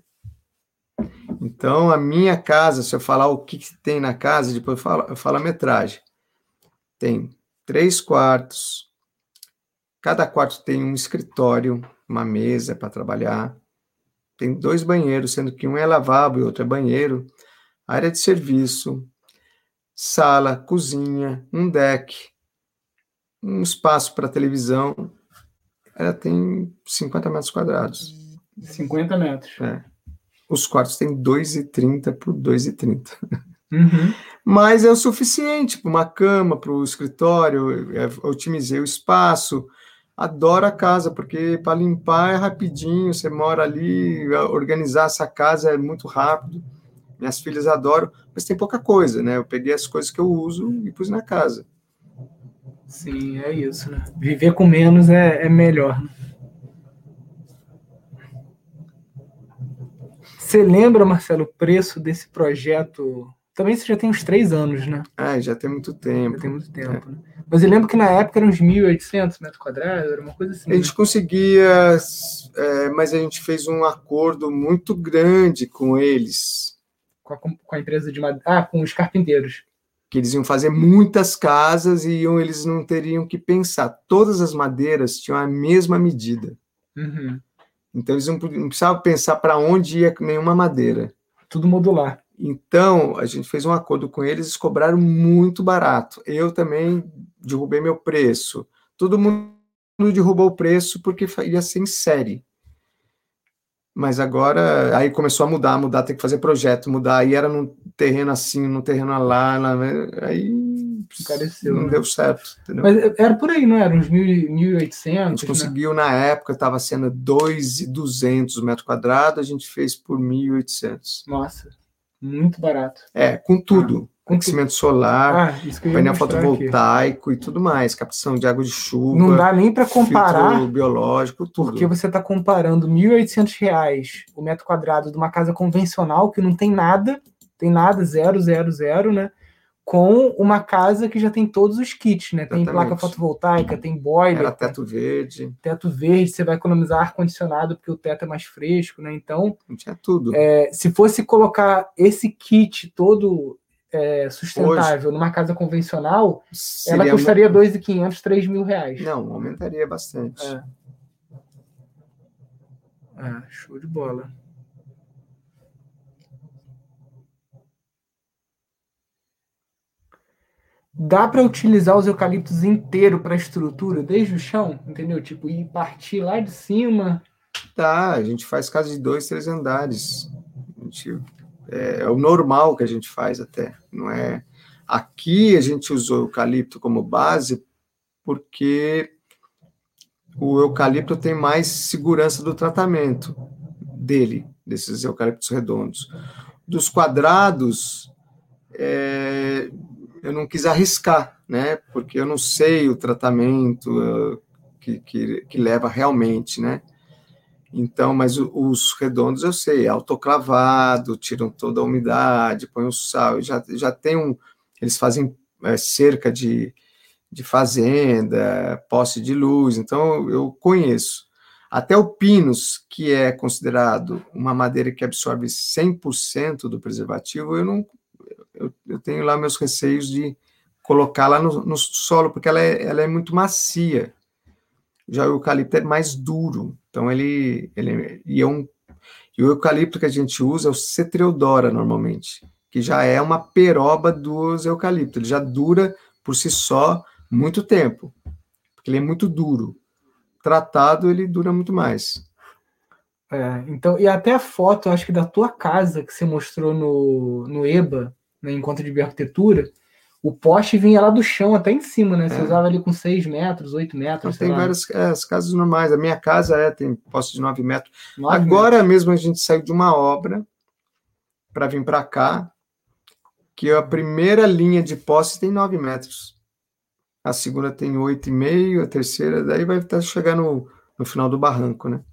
Então, a minha casa, se eu falar o que tem na casa, depois eu falo a metragem. Tem 3 quartos, cada quarto tem um escritório, uma mesa para trabalhar, tem 2 banheiros, sendo que um é lavabo e outro é banheiro, área de serviço, sala, cozinha, um deck, um espaço para televisão. Ela tem 50 metros quadrados. 50 metros. Os quartos têm 2,30 por 2,30. Uhum. Mas é o suficiente para uma cama, para o escritório. Eu otimizei o espaço. Adoro a casa, porque para limpar é rapidinho. Você mora ali, organizar essa casa é muito rápido. Minhas filhas adoram, mas tem pouca coisa, né? Eu peguei as coisas que eu uso e pus na casa. Sim, é isso, né? Viver com menos é melhor. Você lembra, Marcelo, o preço desse projeto? Também você já tem uns 3 anos, né? Já tem muito tempo. Já tem muito tempo, né? Mas eu lembro que na época eram uns 1.800 metros quadrados, era uma coisa assim. A gente conseguia, mas a gente fez um acordo muito grande com eles. Com a empresa de madeira. Com os carpinteiros. Que eles iam fazer muitas casas e eles não teriam que pensar. Todas as madeiras tinham a mesma medida. Uhum. Então, eles não precisavam pensar para onde ia nenhuma madeira. Tudo modular. Então, a gente fez um acordo com eles, eles cobraram muito barato. Eu também derrubei meu preço. Todo mundo derrubou o preço porque ia ser em série. Mas agora, aí começou a mudar, ter que fazer projeto, mudar. Aí era num terreno assim, num terreno lá, aí Encareceu, não né? deu certo, entendeu? Mas era por aí, não era? Uns 1.800, A gente né? conseguiu, na época, estava sendo 2.200 metros quadrados, a gente fez por 1.800. Nossa, muito barato. Com tudo. Com Aquecimento solar, isso que eu ia painel mostrar fotovoltaico e tudo mais, captação de água de chuva, não dá nem para comparar, filtro biológico, tudo. porque você está comparando R$ 1.800 o metro quadrado de uma casa convencional que não tem nada, zero, zero, zero, né? Com uma casa que já tem todos os kits, né? Tem placa fotovoltaica, tem boiler. Era teto verde. Teto verde, você vai economizar ar-condicionado porque o teto é mais fresco, né? Então, tinha tudo. Se fosse colocar esse kit todo sustentável numa casa convencional, ela custaria R$2.500, R$3.000. Não, aumentaria bastante. Show de bola. Dá para utilizar os eucaliptos inteiro para estrutura, desde o chão, entendeu? Tipo, ir partir lá de cima. Tá, a gente faz casa de 2, 3 andares. É o normal que a gente faz até, não é? Aqui a gente usou o eucalipto como base porque o eucalipto tem mais segurança do tratamento dele, desses eucaliptos redondos. Dos quadrados, eu não quis arriscar, né? Porque eu não sei o tratamento que leva realmente, né? Então, mas os redondos eu sei, autoclavado, tiram toda a umidade, põem o sal, já tem eles fazem cerca de fazenda, poste de luz, então eu conheço. Até o pinus, que é considerado uma madeira que absorve 100% do preservativo, eu tenho lá meus receios de colocar lá no solo, porque ela é muito macia. Já o eucalipto é mais duro, então e o eucalipto que a gente usa é o Cetreodora, normalmente, que já é uma peroba dos eucaliptos, ele já dura por si só muito tempo, porque ele é muito duro. Tratado, ele dura muito mais. Então, e até a foto, acho que da tua casa que você mostrou no EBA, no Encontro de Bioarquitetura, o poste vinha lá do chão até em cima, né? Você usava ali com 6 metros, 8 metros. Então, tem várias as casas normais. A minha casa tem poste de 9 metros. 9 Agora metros. mesmo a gente saiu de uma obra para vir para cá, que a primeira linha de poste tem 9 metros. A segunda tem 8,5, a terceira, daí vai estar chegando no final do barranco, né?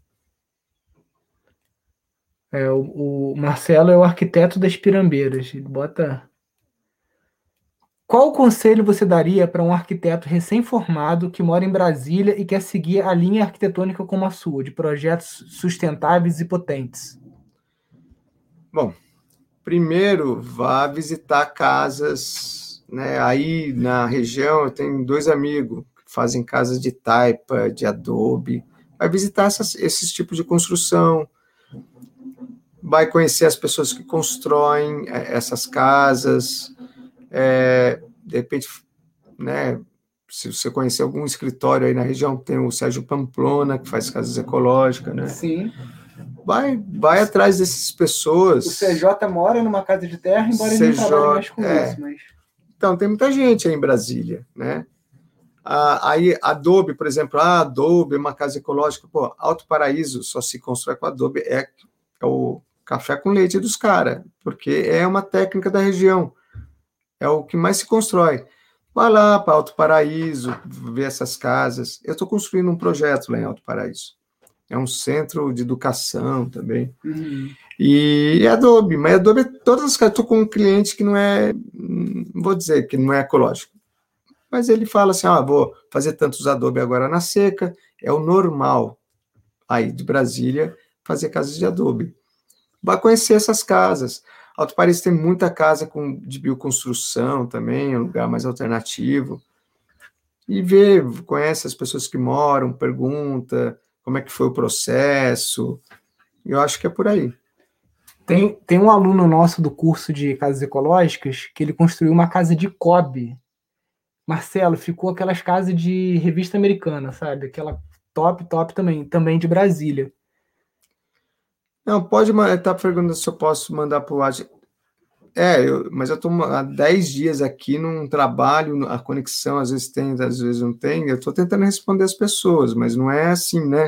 O Marcelo é o arquiteto das pirambeiras. Ele bota. Qual conselho você daria para um arquiteto recém-formado que mora em Brasília e quer seguir a linha arquitetônica como a sua, de projetos sustentáveis e potentes? Bom, primeiro vá visitar casas, né? Aí na região eu tenho 2 amigos que fazem casas de taipa, de adobe. Vai visitar esses tipos de construção, vai conhecer as pessoas que constroem essas casas, de repente, né, se você conhecer algum escritório aí na região, tem o Sérgio Pamplona, que faz casas ecológicas, né? Sim. Vai atrás dessas pessoas. O CJ mora numa casa de terra, embora ele não trabalhe mais com isso. Mas... Então, tem muita gente aí em Brasília, né? Aí, Adobe, por exemplo, Adobe é uma casa ecológica. Pô, Alto Paraíso só se constrói com Adobe, é o café com leite dos caras, porque é uma técnica da região, é o que mais se constrói. Vai lá para Alto Paraíso, ver essas casas. Eu estou construindo um projeto lá em Alto Paraíso. É um centro de educação também. E é Adobe, mas Adobe, todas as casas, estou com um cliente que não vou dizer que não é ecológico, mas ele fala assim, vou fazer tantos Adobe agora na seca, é o normal aí de Brasília fazer casas de Adobe. Vai conhecer essas casas. Alto Paraíso tem muita casa de bioconstrução também, é um lugar mais alternativo. E conhece as pessoas que moram, pergunta como é que foi o processo. Eu acho que é por aí. Tem um aluno nosso do curso de casas ecológicas que ele construiu uma casa de cobre. Marcelo, ficou aquelas casas de revista americana, sabe? Aquela top também de Brasília. Não, pode estar perguntando se eu posso mandar para o WhatsApp. Mas eu estou há 10 dias aqui num trabalho, a conexão às vezes tem, às vezes não tem. Eu estou tentando responder as pessoas, mas não é assim, né?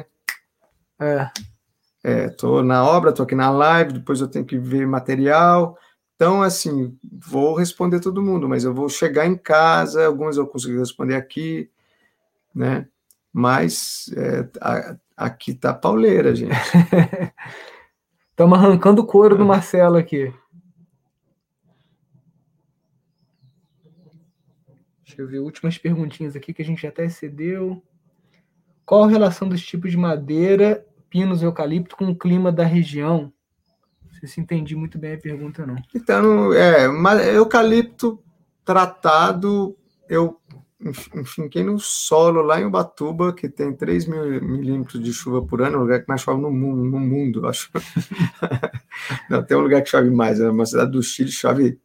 Estou na obra, estou aqui na live, depois eu tenho que ver material. Então, assim, vou responder todo mundo, mas eu vou chegar em casa, alguns eu consigo responder aqui, né? Mas aqui tá pauleira, gente. Estamos arrancando o couro do Marcelo aqui. Deixa eu ver últimas perguntinhas aqui que a gente já até excedeu. Qual a relação dos tipos de madeira, pinos e eucalipto com o clima da região? Não sei se entendi muito bem a pergunta, não. Então, eucalipto tratado, eu finquei no solo lá em Ubatuba, que tem 3 milímetros de chuva por ano, o lugar que mais chove no mundo, acho. Não, tem um lugar que chove mais, uma cidade do Chile chove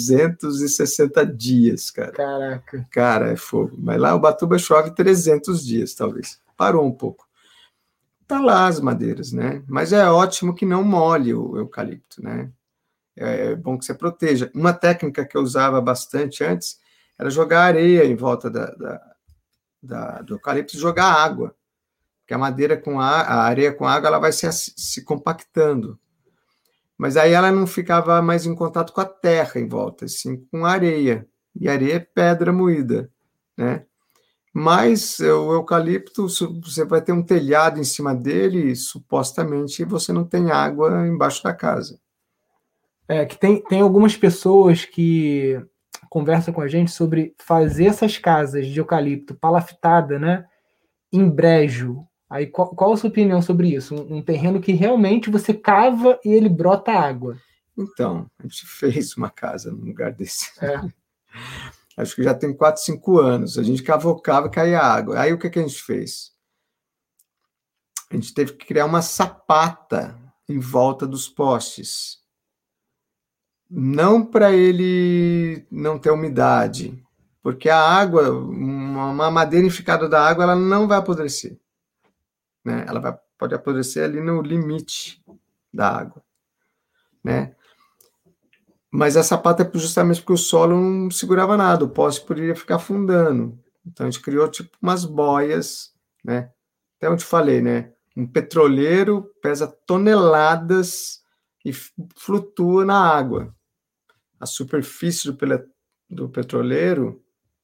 360 dias, cara. Caraca. Cara, é fogo. Mas lá Ubatuba chove 300 dias, talvez. Parou um pouco. Tá lá as madeiras, né? Mas é ótimo que não molhe o eucalipto, né? É bom que você proteja. Uma técnica que eu usava bastante antes era jogar areia em volta do eucalipto e jogar água. Porque a madeira a areia com água, ela vai se compactando. Mas aí ela não ficava mais em contato com a terra em volta, assim, com areia. E areia é pedra moída, né? Mas o eucalipto, você vai ter um telhado em cima dele e supostamente você não tem água embaixo da casa. Que tem algumas pessoas que conversam com a gente sobre fazer essas casas de eucalipto palafitada, né, em brejo. Aí qual a sua opinião sobre isso? Um terreno que realmente você cava e ele brota água. Então, a gente fez uma casa num lugar desse. Acho que já tem 4, 5 anos. A gente cavocava e caía água. Aí o que a gente fez? A gente teve que criar uma sapata em volta dos postes. Não para ele não ter umidade, porque a água, uma madeira enficada da água, ela não vai apodrecer, né? Ela pode apodrecer ali no limite da água, né? Mas a sapata é justamente porque o solo não segurava nada, o poste poderia ficar afundando. Então a gente criou tipo umas boias, né? Até onde falei, né? Um petroleiro pesa toneladas e flutua na água. A superfície do petroleiro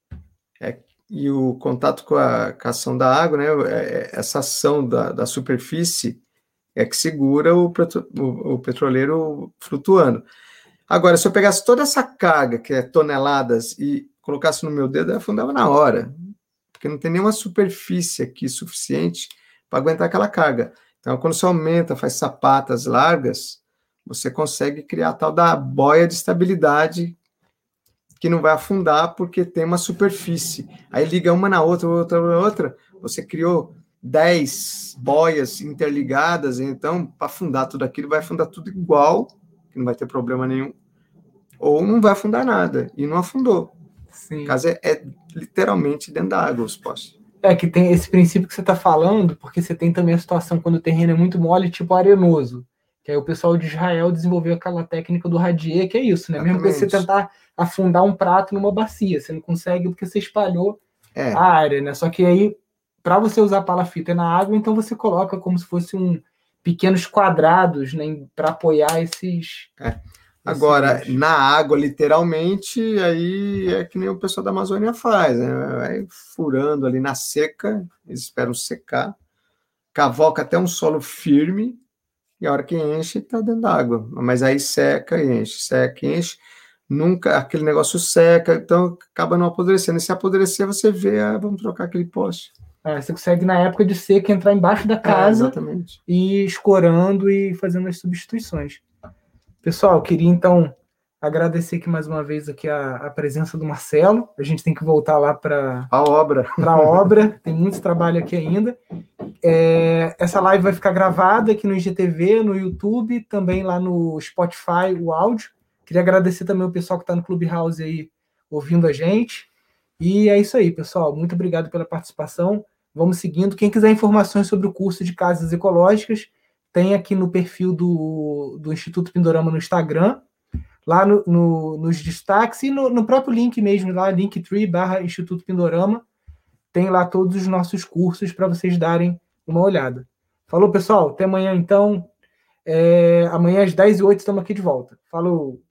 e o contato com a ação da água, né, essa ação da superfície é que segura o petroleiro flutuando. Agora, se eu pegasse toda essa carga, que é toneladas, e colocasse no meu dedo, eu afundava na hora, porque não tem nenhuma superfície aqui suficiente para aguentar aquela carga. Então, quando você aumenta, faz sapatas largas, você consegue criar a tal da boia de estabilidade que não vai afundar porque tem uma superfície. Aí liga uma na outra, outra na outra, você criou 10 boias interligadas, então, para afundar tudo aquilo, vai afundar tudo igual, que não vai ter problema nenhum, ou não vai afundar nada, e não afundou. Sim. O caso é literalmente dentro da água os postes. Que tem esse princípio que você está falando, porque você tem também a situação quando o terreno é muito mole, tipo arenoso. Que aí o pessoal de Israel desenvolveu aquela técnica do radier, que é isso, né? Exatamente. Mesmo que você tentar afundar um prato numa bacia, você não consegue porque você espalhou a área, né? Só que aí, para você usar palafita na água, então você coloca como se fosse pequenos quadrados, né? Para apoiar esses... Agora, na água, literalmente, aí é que nem o pessoal da Amazônia faz, né? Vai furando ali na seca, eles esperam secar, cavoca até um solo firme, e a hora que enche, está dentro da água. Mas aí seca e enche, seca e enche. Nunca, aquele negócio seca, então acaba não apodrecendo. E se apodrecer, você vê, vamos trocar aquele poste. Você consegue, na época de seca, entrar embaixo da casa e escorando e fazendo as substituições. Pessoal, queria então agradecer aqui mais uma vez aqui a presença do Marcelo. A gente tem que voltar lá para a obra. Tem muito trabalho aqui ainda. Essa live vai ficar gravada aqui no IGTV, no YouTube, também lá no Spotify, o áudio. Queria agradecer também o pessoal que está no Clubhouse aí ouvindo a gente. E é isso aí, pessoal. Muito obrigado pela participação. Vamos seguindo. Quem quiser informações sobre o curso de casas ecológicas, tem aqui no perfil do Instituto Pindorama no Instagram, lá nos destaques e no próprio link mesmo, lá, linktree/Instituto Pindorama. Tem lá todos os nossos cursos para vocês darem uma olhada. Falou, pessoal. Até amanhã, então. Amanhã às 10h08 estamos aqui de volta. Falou!